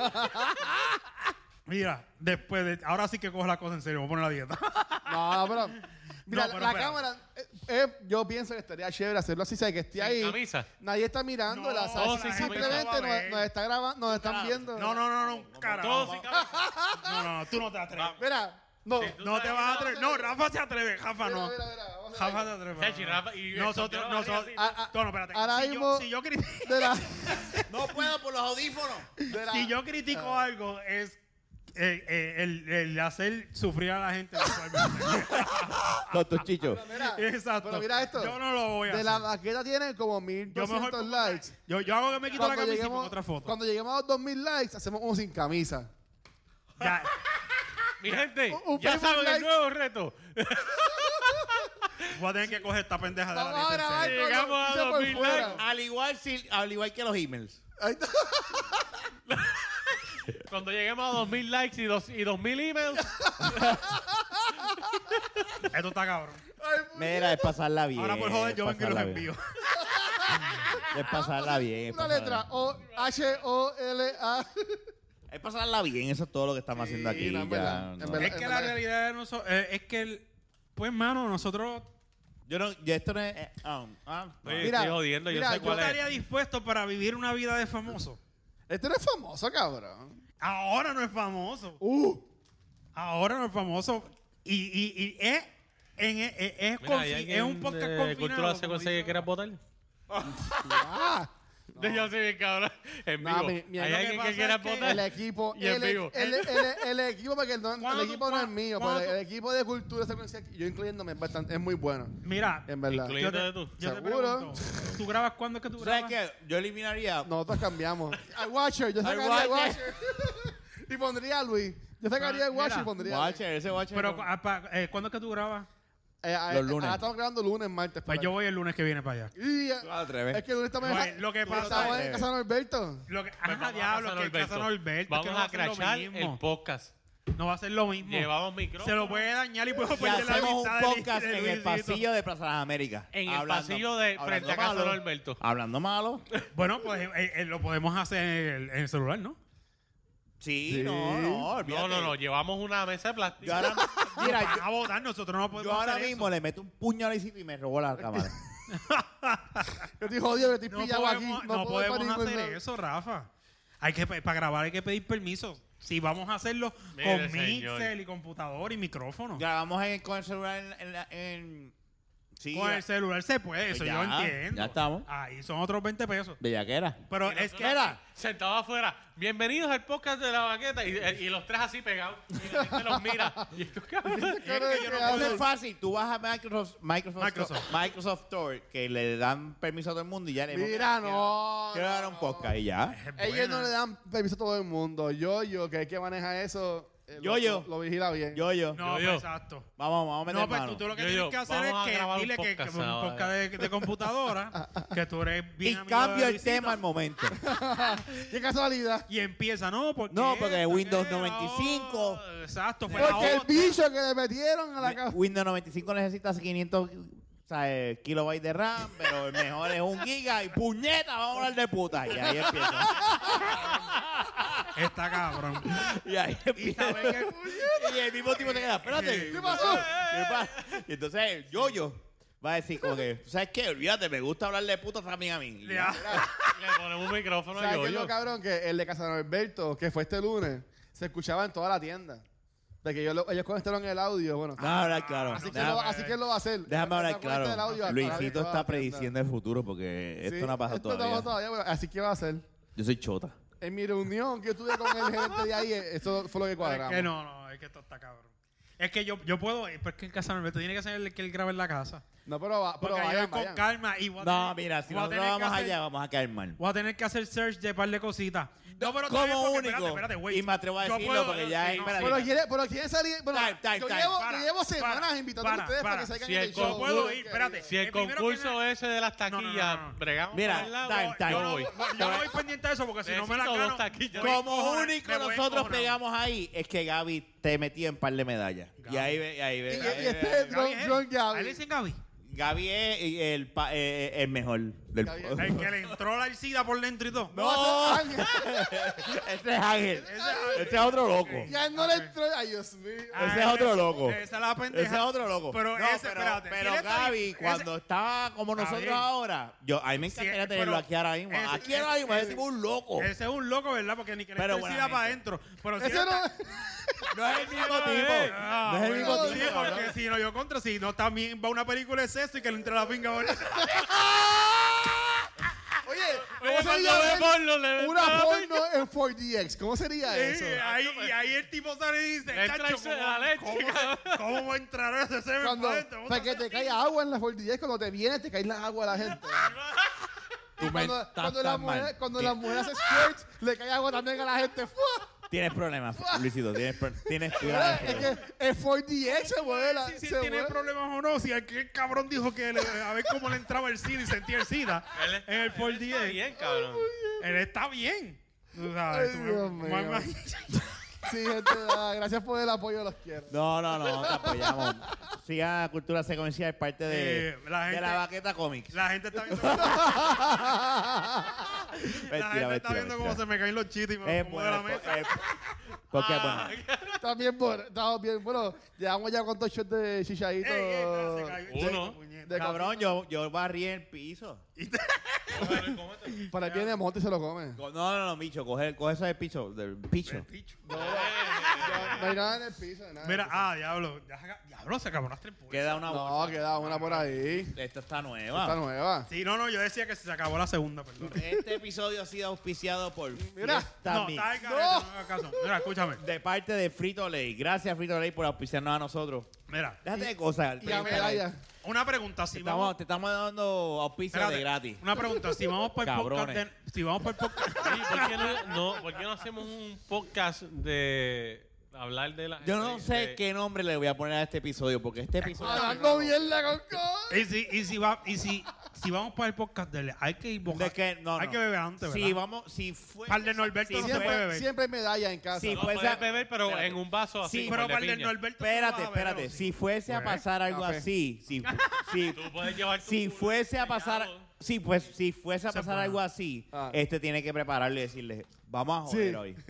Mira, después de... Ahora sí que cojo la cosa en serio. Voy a poner la dieta. No, pero... Mira, No, pero la espera. cámara... eh, eh, yo pienso que estaría chévere hacerlo así, ¿sabes? Que esté sin ahí. camisa. Nadie está mirando. No, la la ¿sabes? gente Simplemente no va a nos, ver. nos está grabando, nos están viendo. No, no, no, no. Carajo. Todos sin camisa. No, no, no. Tú no te atreves. Mira, no. Sí, tú No te sabes vas a que atrever. No, Rafa se atreve. Rafa Mira, no. mira, mira, vamos a ver. Rafa se atreve. Chachi, Rafa, y Nosotros, yo lo nosotros... haría Ah, ah, No, no, espérate. ahora si, mismo- yo, si, yo criti- De la, No puedo por los audífonos. de la- si yo critico algo es eh, eh, el, el hacer sufrir a la gente visualmente. Con tus chichos. Mira, Exacto. pero mira esto. Yo no lo voy a de hacer. la baqueta tiene como mil Yo mejor doscientos pongo- likes. Yo, yo hago que me quito la Cuando camisa y lleguemos, pongo otra foto. cuando lleguemos a los dos mil likes, hacemos uno sin camisa. Ya. Mi gente, Un- un ya Facebook saben Live. el nuevo reto. Voy a tener que coger esta pendeja de la Vamos a dieta en grabar serio. con Llegamos los a bichos por dos mil fuera. likes. Al igual, si, al igual que los emails. Ahí está. Cuando lleguemos a dos mil likes y dos y dos mil emails, Esto está cabrón. Ay, Mira, es pasarla bien. Ahora por joder yo es vengo y los pasarla bien. envío. Es pasarla bien. es una pasarla letra. bien. O H O L A. Es pasarla bien, eso es todo lo que estamos haciendo Sí, aquí. no, en ya, verdad, en no. verdad. Es que la realidad de nosotros eh, es que el, pues mano, nosotros Yo no, yo esto no es. eh, ah, ah, no. Oye, Mira, estoy jodiendo, mira, yo sé yo yo cuál estaría es. dispuesto para vivir una vida de famoso. Este no es famoso, cabrón. Ahora no es famoso. Uh. Ahora no es famoso. Y, y, y es, en, es, es, Mira, confi- ¿hay es alguien un podcast de confinado. Cultura como Secuencial que dice- quieras votar? Ah. De yo soy bien cabrón. En No, vivo. mi- mi- ¿Hay lo que alguien pasa que quiera es que votar? El equipo, Y en el, vivo. el, el, el- el equipo, porque el, no- el ¿Cuándo tú- equipo no es mío, cuándo pero tú- el equipo de cultura secuencial, yo incluyéndome, es, bastante, es muy bueno, Mira, en verdad. Incluye- yo te, Incluyéndote tú. yo te ¿Seguro? pregunto, ¿tú grabas cuándo es que tú ¿Tú ¿Sabes grabas? qué? Yo eliminaría. Nosotros cambiamos. Al Watcher, yo Al sacaría al Watcher. Watcher. Y pondría a Luis. Yo sacaría al Mira, Watcher y pondría a Luis. Watcher, ese Watcher. Pero, no- ah, pa- eh, ¿cuándo es que tú grabas? Eh, eh, Los lunes. Ahora estamos grabando lunes, martes. Pues por yo ahí. voy el lunes que viene para allá. Y, eh, Tú vas a atrever. es que el lunes estamos, Pues, en, lo que estamos pasa en es- casa de Norberto. Lo que, Pues ah, vamos a diablo, casa que en Norberto. casa de Norberto. es que Vamos no a va ser lo crashar mismo. el podcast. No va a ser lo mismo. Llevamos micrófono. Se lo puede dañar y puedo Y perder la hacemos un amistad de- podcast de en el Luisito. pasillo de Plaza Las Américas. En el Hablando- pasillo de hablando frente a casa de malo, Norberto. Hablando malo. Bueno, pues eh, eh, lo podemos hacer en el, en el celular, ¿no? Sí, Sí. no, no, olvídate. No, no, no. Llevamos una mesa de plástico. Yo ahora, mira, Van yo, a votar, nosotros no podemos yo ahora hacer mismo eso. le meto un puño a Luisito y me robó la cámara. Yo estoy jodido, que estoy No pillado aquí. podemos, No, no puedo ir para podemos ningún hacer lado. eso, Rafa. Hay que, para grabar hay que pedir permiso. Si vamos a hacerlo Mire, con señor. mixer y computador y micrófono. Grabamos en- con el celular en, en, la- en- sí, Con ya- el celular se puede, eso Pues yo ya, entiendo. ya estamos. Ahí son otros veinte pesos. bellaquera. Pero Y es que... nosotros sentados afuera. Bienvenidos al podcast de la baqueta. Y, y los tres así pegados. Y la gente los mira. Y estos cabrones. Cara de yo que no Eso hace- es fácil. Tú vas a Microsoft, Microsoft, Microsoft. Store, Microsoft Store, que le dan permiso a todo el mundo y ya le Mira, no. quiero dar no, un no. podcast y ya. Es Ellos buena. no le dan permiso a todo el mundo. Yo, yo, que hay que manejar eso, eh, lo- Yo-yo. Lo, lo vigila bien. Yo, yo. No, Yo, yo. pues, exacto. Vamos, vamos a meter No, pues mano. tú, tú lo que Yo, tienes yo, que hacer vamos a es grabar que un dile que, podcast que un ahora. podcast de, de computadora, que tú eres Y bien amigo cambio de el Luisito, tema al momento. Qué casualidad. y empieza, no, porque No, porque esto, Windows que noventa y cinco. oh, exacto, fue Porque la el otra. bicho que le metieron a la casa. Windows noventa y cinco necesita quinientos o sea, eh, kilobytes de RAM, pero el mejor es un giga y puñeta, vamos a hablar de puta. Y ahí empieza. Está cabrón. Y ahí Y empieza. sabes que... Y el mismo tipo te queda, espérate. ¿Qué pasó? ¿Qué pasa? Y entonces el yo-yo va a decir como que, ¿sabes qué? Olvídate, me gusta hablar de puta también a mí. Y Ya. Le ponemos un micrófono ¿Sabes a qué es yo, lo cabrón? Que el de Casa Norberto, que fue este lunes, se escuchaba en toda la tienda. De que ellos, lo- ellos conectaron el audio, bueno. Déjame hablar claro. Así que, Déjame, lo, así que lo va a hacer. déjame hablar Va a conectar el claro. audio a- a- Luisito a toda está la tienda. prediciendo el futuro porque esto Sí, no ha pasado esto no todavía. ha pasado todavía, pero así que va a ser. Yo soy chota. En mi reunión que yo tuve con el gerente de ahí, eso fue lo que Es cuadramos. que no, no, es que esto está cabrón. Es que yo, yo puedo, pero es que en casa Norberto tiene que ser el que él graba en la casa. No, pero, va, pero Porque yo vayan, con vayan. calma y voy a No, tener- mira, si voy a nosotros tener que vamos hacer- allá, vamos a caer mal. Voy a tener que hacer search de par de cositas. No, pero Como también porque- único, espérate, espérate, wait. y me atrevo a Yo decirlo puedo- porque ya sí, es- no, espérate. Pero quiere, pero quiere salir. Bueno, Time, time, yo, time. llevo, Para, yo llevo semanas para, invitando a para, ustedes para, para. que salgan Si en el el show. Yo puedo ir, espérate. Si el Eh, primero concurso que- ese de las taquillas, No, no, no, no. bregamos Mira, por el lado, time, time. yo Yo voy. no, yo no voy pendiente de eso porque si no me la Necesito gano. dos taquillas. voy a Como encojonar, único me voy a nosotros encojonar. pegamos ahí es que Gaby te metió en par de medallas. Y ahí ve, y ahí Y, ve. y ahí este ve- es Drunk Gaby, Drunk ¿eh? ¿A él le Gaby. dicen Gaby? Gaby es el, pa- eh, el mejor del Gaby es- podcast. El que le entró la sida por dentro y todo. No, ese es Ángel. ese es Ángel. Ese- Ese es otro loco. Ya no le entró. Ay, Dios mío. Ah, Ese es otro loco. Esa es la pendeja. Ese es otro loco. Pero No, ese, pero, espérate. pero si él está Gaby, bien, cuando ese- estaba como Está nosotros bien. ahora, yo, a mí me encantaría Sí, tenerlo pero aquí ahora mismo. ese- Aquí ahora mismo, ese ese- tipo es un loco. Ese es un loco, ¿verdad? Porque ni que le Pero entró buena sida para gente. adentro. Pero si Ese él no. está- No es el mismo tipo. Ah, No es el mismo bueno, tipo. sí, porque si no, yo contra, si no, también va una película de sexo y que le entre la pinga bonita. Oye, Oye, ¿cómo cuando sería ve ver porno, le una entra la porno en cuatro D X? ¿Cómo sería eso? Sí, ahí, y ahí el tipo sale y dice, Le entra "Chacho, el se- la leche, ¿cómo, ¿cómo va a entrar ese semen Cuando, para adentro? para que te caiga agua en la cuatro D X, cuando te viene, te cae la agua a la gente. Tú me Cuando, estás cuando, la tan mujer, mal. cuando Tien- la mujer hace squirts, le cae agua también a la gente. ¡Fua! Tienes problemas, Luisito. Tienes, pro- tienes Mira, graves es problemas. que el cuatro D X se mueve la. Si, si se él tiene mueve. problemas o no, si aquel cabrón dijo que le- a ver cómo le entraba el SIDA y sentía el SIDA Él está- en el él cuatro está D X. bien, cabrón. Él está bien. Tú sabes, Ay, tú- Dios me- mío. me- Sí, gente, ah, gracias por el apoyo, los quiero. No, no, no, te apoyamos. Siga Cultura Secuencial, parte de, Eh, la de gente- la Baqueta Comics. La gente está viendo, la Mentira, gente está mentira, viendo cómo mentira. se me caen los chistes y me Es los como de la bueno, mesa. eh, porque es Ah, bueno. También, bueno, estamos bien. Bueno, llevamos ya con dos shots de chichadito. Ey, ey, espera, se cayó el Uno. chico, puñeta. de Cabrón, yo, yo barrí el piso. Para el viene monte y se lo come. No, no, no, bicho, coge, coge eso del picho. Del picho. El picho. No hay nada en el piso. Nada en el Mira, piso. ah, diablo. ya- Diablo, se acabó las tres pulsas. Queda una No, bolsa. queda una por ahí. Esta está nueva. Está nueva. Sí, no, no, yo decía que se acabó la segunda, perdón. Este episodio ha sido auspiciado por Mira. Fiesta No, Mix, está el No. careta, no hagas caso. Mira, escúchame. de parte de Frito Lay. Gracias, Frito Lay, por auspiciarnos a nosotros. Mira, Déjate de cosas. Y a medalla. una pregunta. Si Estamos, vamos, te estamos dando auspicio espérate, de gratis. Una pregunta. Si vamos por el podcast Cabrones. de, si vamos por el podcast, Oye, ¿por qué no, no- por qué no hacemos un podcast de hablar de la Yo no de- sé de- qué nombre le voy a poner a este episodio, porque este episodio... Hablando bien la con y si, y si va, y si, si vamos para el podcast de él, hay que ir boca- De que, no, hay no. que beber antes, Si ¿verdad? vamos, si fue... Par de Norberto si no se fue- puede Siempre, beber. siempre hay medalla en casa. Sí, No pues, puedes esa- beber, pero espérate. en un vaso así. Sí, como pero el de para el del piña. Norberto tú Espérate, no vas a beber, espérate. ¿o sí? Si fuese a Pues, pasar algo café. así, si, si, Tú puedes llevar tu si fuese a sellado. pasar... Sí, pues si fuese a Se pasar puede. algo así, Ah. este tiene que prepararlo y decirle, vamos a joder Sí. hoy.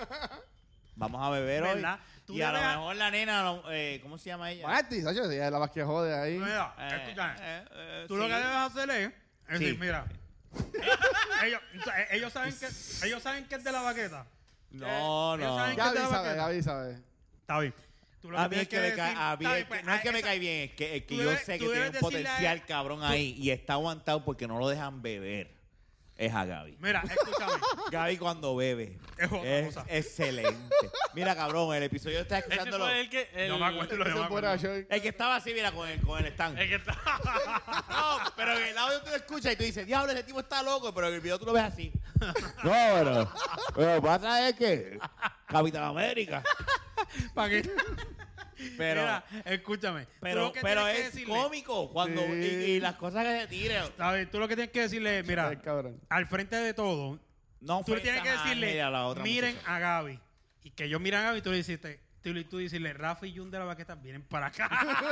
Vamos a beber ¿Verdad? hoy. Tú Y a lo debes- mejor la nena, no, eh, ¿cómo se llama ella? Marty, ¿sabes? Ella es la más que jode ahí. Mira, Eh, escúchame. eh, eh, Tú sí. lo que debes hacer es, es Sí. decir, mira, ellos, ellos saben que ellos saben que es de la baqueta. No, Ellos no. saben que- Gaby de la sabe, baqueta. Gaby sabe. Está bien. Tú lo A mí tienes es que me cae, decir- a mí está es bien, que- pues, no es que a me esa- cae bien, es que, es que tú yo debes- sé que tú tiene un debes decirle a potencial él- cabrón ahí y está aguantado porque no lo dejan beber. Es a Gaby. Mira, escúchame. Gaby cuando bebe Es otra es cosa. excelente. Mira, cabrón, el episodio está Ese escuchándolo. fue el que... El, No me acuerdo. Ese yo me es acuerdo. borracho. El que estaba así, mira, con el, con el stand. El que está... No, pero en el audio tú lo escuchas y tú dices, diablo, ese tipo está loco, pero en el video tú lo ves así. No, pero, pero lo que pasa es que Capitán América. ¿Para qué? Pero, Mira, escúchame. Tú pero, lo que pero tienes que es decirle- cómico cuando Sí. y, y las cosas que se tiren. Está bien, tú lo que tienes que decirle, mira, Ay, cabrón. al frente de todo, No tú le tienes que ofensas a Ángel y decirle, a la otra miren muchacha. a Gaby. Y que ellos miran a Gaby y tú le dijiste, tú, tú decirle, Rafa y Jun de la Baqueta vienen para acá.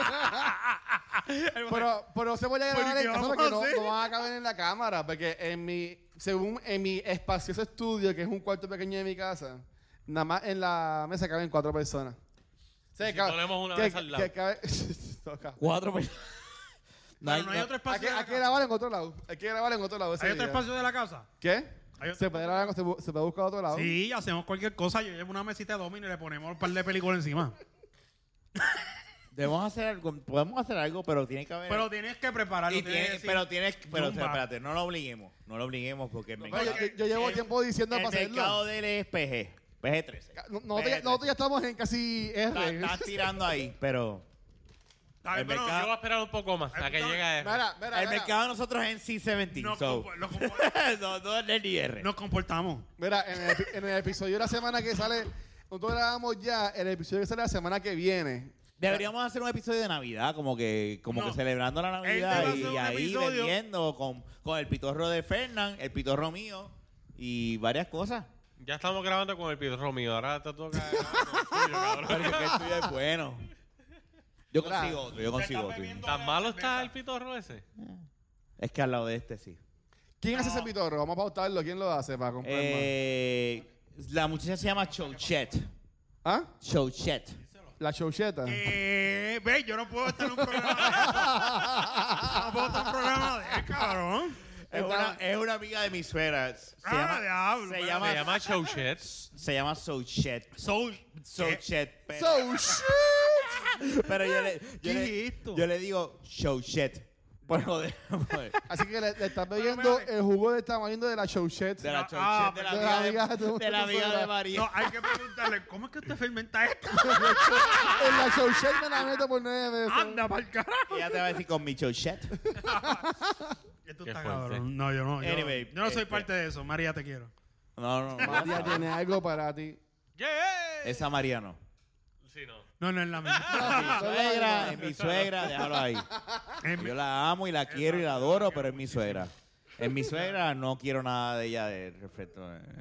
Pero, pero se voy a Pero, grabar ¿y en qué casa vamos porque a no, hacer? no van a caber en la cámara. Porque en mi, según en mi espacioso estudio, que es un cuarto pequeño de mi casa, nada más en la mesa caben cuatro personas. O sea, Si cabe- ponemos una que- mesa al lado. que cabe- No, cabrón. Cuatro personas. Pero no hay otro Hay espacio que, de la hay que casa. grabar en otro lado. Hay que grabar en otro lado. ese ¿Hay otro día. espacio de la casa? ¿Qué? Hay otro- Se puede grabar, se, bu- se puede buscar otro lado. Sí, hacemos cualquier cosa. Yo llevo una mesita de domino y le ponemos un par de películas encima. Debemos hacer algo, podemos hacer algo, pero tiene que haber. Pero tienes que prepararlo. y tienes que tiene- decir, pero tienes, pero Zumba. espérate, no lo obliguemos, no lo obliguemos porque me No, yo, encanta. yo- yo llevo El- tiempo diciendo el para hacerlo. mercado de él es P G, P G trece. No- Nosotros ya, nosotros ya estamos en casi R. Estás estás tirando ahí, pero Está bien, El pero mercado- Yo voy a esperar un poco más a que Ay, llegue a eso. Mira, mira, El mira. mercado de nosotros es en C diecisiete. nos, so, compo- nos compo- no, no es N R. nos comportamos. Mira, en el, epi- en el episodio de la semana que sale, nosotros grabamos ya el episodio que sale la semana que viene. Deberíamos hacer un episodio de Navidad, como que, como No. que celebrando la Él te va a Navidad hacer y un ahí episodio. bebiendo con, con el pitorro de Fernán, el pitorro mío y varias cosas. Ya estamos grabando con el pitorro mío. Ahora te toca grabar con el tuyo, cabrón. Pero es que el tuyo es bueno. Yo Mira, consigo otro, yo consigo está otro. bebiendo- ¿Tan malo está el pitorro ese? Es que al lado de este sí. ¿Quién hace ese pitorro? Vamos a pautarlo. ¿Quién lo hace para comprar Eh, la muchacha se llama Chouchet. más? ¿Ah? Chouchet. La choucheta. Eh, ve, yo no puedo estar en un programa de eso. No puedo estar en un programa de él, cabrón. Es una, es una amiga de mi suegra. Se Ah, llama, diablo, se pero- llama, Se llama Chouchet. se llama Souchet. So, Souchet. Pero, So shit. pero yo le, yo ¿Qué le, es esto? yo le digo Chouchet. Por joder. por- Así que le, le estás Pero bebiendo mira, el jugo de tamarindo de la chouchette. De la Ah, Chouchet, ah, de la de la amiga amiga de, de- de la amiga de No, María. no, hay que preguntarle, ¿cómo es que usted fermenta esto? En la chouchette me la meto por nueve meses. Anda pa'l carajo. Ella te va a decir con mi Chouchet. Esto Qué está fuerte. cabrón. No, yo no. Yo, Anyway, yo no soy este- parte de eso. María, te quiero. No, no, no. María tiene algo para ti. Yeah. Esa María no. Sí, no. No, no es la mía. Mi suegra, es mi suegra, déjalo ahí. Es mi- Yo la amo y la quiero y la adoro, pero es mi suegra. Es mi suegra, no quiero nada de ella de respecto.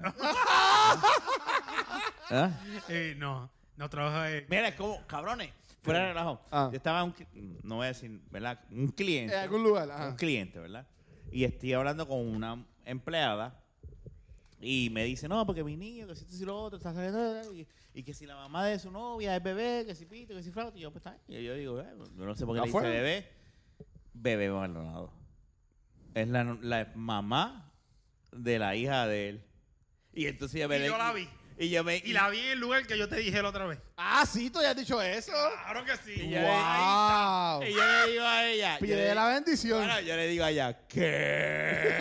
¿Ah? eh, no, no trabaja. eh, Mira, es como, cabrones, fuera de relajo. Ah. Yo estaba, un, cli- no voy a decir, ¿verdad? Un cliente. En algún lugar. Un Ajá. cliente, ¿verdad? Y estoy hablando con una empleada y me dice, no, porque mi niño, que si esto y lo otro, está saliendo, y, y que si la mamá de su novia es bebé, que si pito, que si flauta, y yo, pues está bien. Y yo digo, eh, yo no sé por qué ¿Ya le fue? dice bebé. Bebé Maldonado. Es la, la mamá de la hija de él. Y entonces ella me Y le- yo la vi. Y yo me... Y la vi en el lugar que yo te dije la otra vez. Ah, sí, tú ya has dicho eso. Claro que sí. Y yo, Wow. le, y yo le digo a ella... yo Pide le- la bendición. Bueno, yo le digo a ella, ¿qué?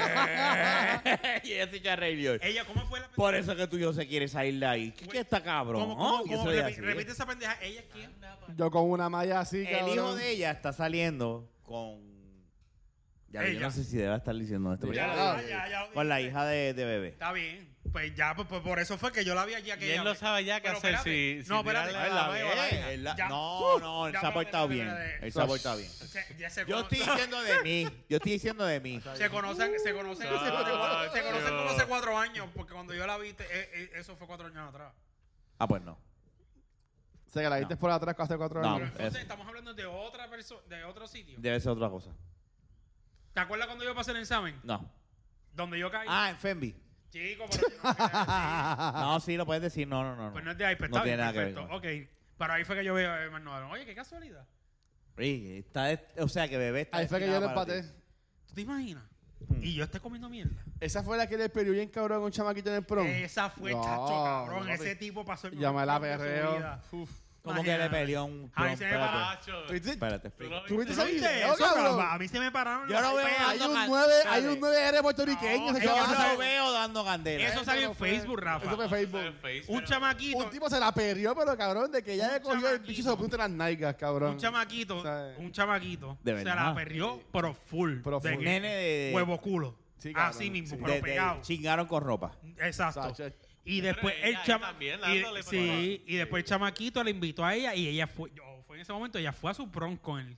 y ella se echa a reír. Yo, Ella, ¿cómo fue la pendeja? por eso que tú y yo se quiere salir de ahí. ¿Qué, qué está cabrón? ¿Cómo, cómo, Oh, yo cómo? soy Repi- así. repite esa pendeja. ¿Ella es quién? Yo con una malla así, El cabrón. hijo de ella está saliendo con... Ya, yo Ella. no sé si debe estar diciendo esto. pero Ya, ya- ya, ya, ya. con la hija de, de bebé. Está bien. Pues ya, pues, pues por eso fue que yo la vi allí Y aquella él no vez. sabe ya qué Pero hacer espérate. si, si No, espérate. tirarle Él a la la ve, beba o a la hija. él la- Ya. No, no, él Ya, se ha espérate, portado bien. espérate, espérate. Él se ha portado bien. Se, ya se Yo cono- estoy diciendo de mí. Yo estoy diciendo de mí. Se conocen, se conocen, Chacho. se conocen como hace cuatro años, porque cuando yo la vi, te- eh, eh, eso fue cuatro años atrás. Ah, pues no. O sea, que la viste No. por atrás hace cuatro No. años. Pero entonces eso. estamos hablando de otra persona, de otro sitio. Debe ser otra cosa. ¿Te acuerdas cuando yo pasé el examen? No. Donde yo caí. Ah, en Fembi. Chico, pero yo no quería decir. No, sí, lo puedes decir. No, no, no. Pues no es de ahí, pues No está tiene bien, nada que ver perfecto. con Ok, pero ahí fue que yo veo a Manuel. Oye, qué casualidad. Sí, está de- o sea, que bebé está Ahí fue que yo le destinado para empaté. ti. ¿Tú te imaginas? Hmm. Y yo esté comiendo mierda. Esa fue la que le perdió bien cabrón a un chamaquito en el prom. Esa fue, No, chacho, cabrón. papi. Ese tipo pasó el Ya me la mejor prom de su perreo. vida. Uf. Como que le Imagínate. peleó un... A mí se me espérate. paró. Chacho. ¿Tú viste- Espérate, ¿Tú explico. lo ¿Tú viste ¿Tú ese viste video, eso, cabrón? papá? A mí se me pararon. Yo no los veo pelos. Hay dando un can- nueve, hay espérate. un nueve R puertorriqueño. No, ese es que Yo chamaco. eso no veo dando candela. Eso Eso salió no en fue- Facebook, Rafa. Eso fue Facebook. En Facebook. Un chamaquito. Un tipo se la perdió, pero cabrón, de que ella le Un cogió el chamaquito. bicho y se lo puso en las nalgas, cabrón. Un chamaquito, O sea, un chamaquito, De se verdad. la perrió, pero full. Pero de full. que- Nene de... Huevo culo. Sí, cabrón, Así mismo, sí. pero de- de- pegado. Chingaron con ropa. Exacto. Sacho. Y después ella- el ella chama también y- dándole por sí, y después el chamaquito le invitó a ella y ella fue, yo, fue en ese momento, ella fue a su prom con él.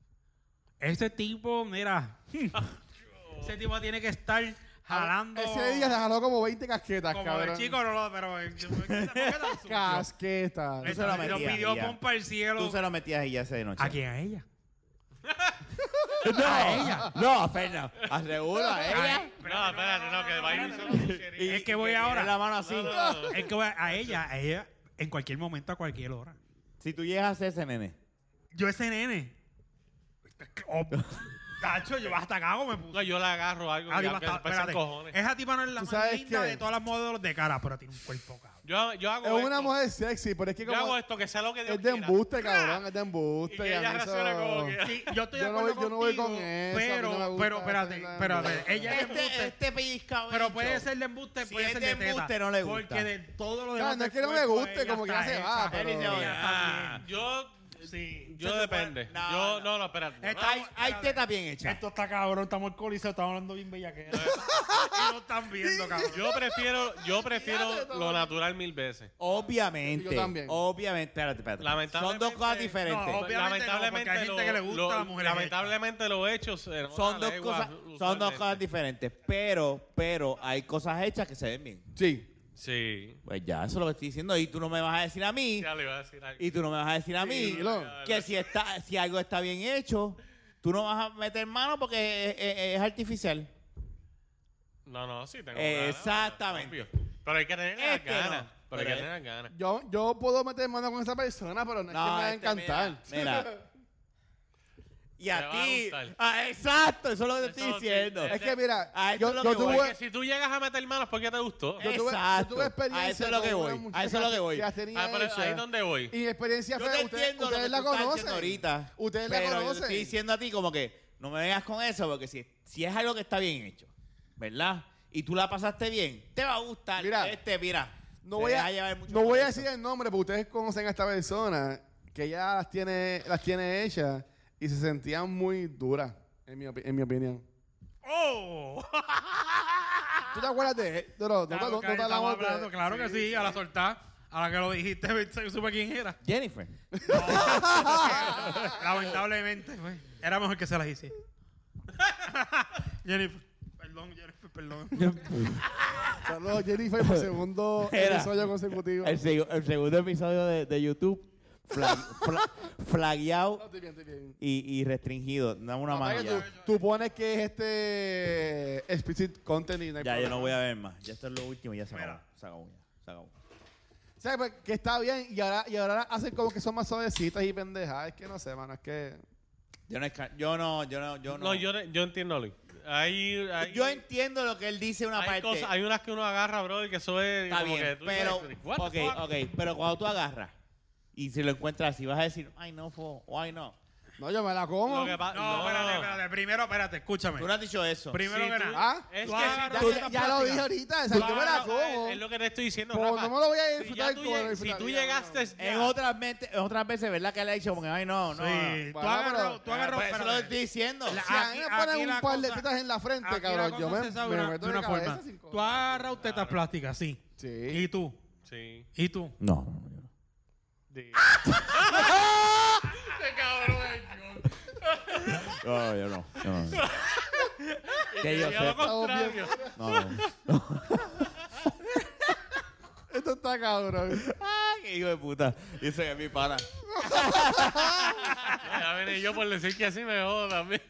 Ese tipo, mira, ese tipo tiene que estar jalando. Ese día se jaló como veinte casquetas, como cabrón. el chico, no lo, pero eh, ¿por qué tan sucio? Casquetas. Tú se lo Le metías pidió y ya. pompa al cielo. Tú se lo metías y ya se de noche. ¿A quién? ¿A ella? No, ¿A ella? no, a Fernan. Aseguro a ella. Ay, No, espérate, no, que va a ir espérate. solo chuchería. Es que voy tiene ahora. la mano así. No, no, no. Es que voy a, a ella, a ella, en cualquier momento, a cualquier hora. Si tú llegas a ser ese nene. Yo ese nene. Oh, Tacho, yo hasta cago me puse. No, yo le agarro algo Ah, que digo, aunque hasta- se pasen espérate. cojones. Esa tipa no es la ¿Tú más sabes linda qué? de todas las modelos de cara, pero tiene un cuerpo, cabrón. Yo, yo hago Es esto. una mujer sexy, pero es que Yo como... hago esto, que sea lo que Dios Es de quiera. embuste, cabrón, es de embuste. Y que y a ella mí eso- reaccione como que- Sí, yo estoy Yo de no acuerdo voy- yo no voy contigo, con eso, a mí pero, no me gusta pero, espérate, hacerla- espérate. Ella es de embuste, este pellizcado. pero puede ser de embuste, Si puede es ser de de teta. embuste, no le gusta. Porque de todo lo Claro, demás no del es que no me cuerpo, guste, ella como que está ya se hecha. va, Él pero- dice, Ella oye, está ah, bien. Yo Sí. Yo depende. No, yo, no. no, no, espérate. Esto- Hay, hay espérate. tetas bien hechas. Esto está cabrón, estamos en coliseo, estamos hablando bien bellaquera. Y no están viendo, cabrón. Yo prefiero, yo prefiero lo natural mil veces. Obviamente. Yo también. Obviamente. Espérate, espérate. Lamentablemente- Son dos cosas diferentes. No, obviamente lamentablemente no, porque hay gente que le gusta lo- a las mujeres lamentablemente los hechos se nota son a dos legua cosas, son dos usualmente. cosas diferentes. Pero, pero hay cosas hechas que se ven bien. Sí. Sí. Pues ya, eso es lo que estoy diciendo. Y tú no me vas a decir a mí. Ya le iba a decir algo. Y tú no me vas a decir a mí Dilo. que si está, si algo está bien hecho, tú no vas a meter mano porque es, es- es artificial. No, no, sí, tengo Eh, ganas, exactamente. obvio. Pero hay que tener las Este ganas. no. Pero hay Pero que es- tener las ganas. Yo, yo puedo meter mano con esa persona, pero no, es que me va a este, encantar. Mira, mira. Y Te a va a ti. gustar. Ah, exacto, eso es lo que te Eso estoy sí, diciendo. es Es que mira, A eso yo, es lo yo que voy. tuve, Porque si tú llegas a meter manos, ¿por qué te gustó? yo tuve, Exacto. yo tuve experiencia A eso es lo que con voy. una muchacha A eso es lo que voy. que las tenía Ah, pero hechas. ahí es donde voy. Y mi experiencia Yo fue, te ustedes, entiendo lo ustedes que la tú estás conocen. diciendo ahorita. Ustedes la pero yo conocen. te estoy diciendo a ti como que no me vengas con eso porque si, si es algo que está bien hecho, ¿verdad? Y tú la pasaste bien, te va a gustar. Mira, este, mira. No se voy, deja a, llevar mucho no por voy a eso. decir el nombre, porque ustedes conocen a esta persona que ya las tiene, las tiene hechas y se sentían muy duras, en mi, opi- en mi opinión. ¡Oh! ¿Tú te acuerdas de él? No, no, no, Claro, no, no que te estamos hablamos de- hablando, claro que sí, a la soltar. A la que lo dijiste, supe quién era. Jennifer. Lamentablemente, pues, era mejor que se las hice. Jennifer, perdón, Jennifer, perdón. Saludos, Jennifer, por segundo Era. episodio consecutivo. El, seg- el segundo episodio de, de YouTube, flag, fla- No, flagueado estoy bien, estoy bien. y, y restringido. Dame una Papá, mano que ya. tú, tú pones que es este explicit content y no hay Ya, yo problema. no voy a ver más. Ya esto es lo último y ya se acabó. Mira. Se acabó ya. Se acabó. O sea, pues, que está bien y ahora, y ahora hacen como que son más suavecitas y pendejadas. Es que no sé, mano, es que... Yo no, esca- yo no, yo no, yo no. No, yo, yo entiendo, Luis. Hay, hay, Yo entiendo lo que él dice una hay, parte. cosas, hay unas que uno agarra, bro, y que eso es Está como bien, que tú pero, dices, "What the ok, fuck?" ok, pero cuando tú agarras y si lo encuentras así, vas a decir, ay no, fo, o ay no. No, yo me la como. Lo que pa- No, espérate, espérate. Primero, espérate, escúchame. Tú no has dicho eso. Primero Sí, que tú- nada. Ah, Es Tú que agarras si Ya, tú- esta ya lo práctica. dije ahorita, o sea, yo me la Claro, como. Es lo que te estoy diciendo, Pues Rafa. no me lo voy a Si, disfrutar ya tú, como lleg- lo si tú disfrutaría, llegaste... En ya- otras, mente- en otras veces, ¿verdad? Que le ha dicho como que, ay no, no. Sí, no. tú Bueno, agarras, pero- tú agarras, Pues eso es lo que espérate. estoy diciendo. La- Si a mí Aquí- me ponen aquí un la par de cosa- tetas en la frente, Aquí la cabrón, yo cosa me, se sabe me una- meto de de una cabeza forma. sin cojones. Tú agarras tetas plásticas, sí. Sí. ¿Y tú? Sí. ¿Y tú? No, no, no. Di- No, yo no. yo no. Que yo Y a lo sepa. contrario. No, no. Esto está cabrón. Ah, qué hijo de puta. Dice que es mi pana. Ya vine yo por decir que así me jodo también.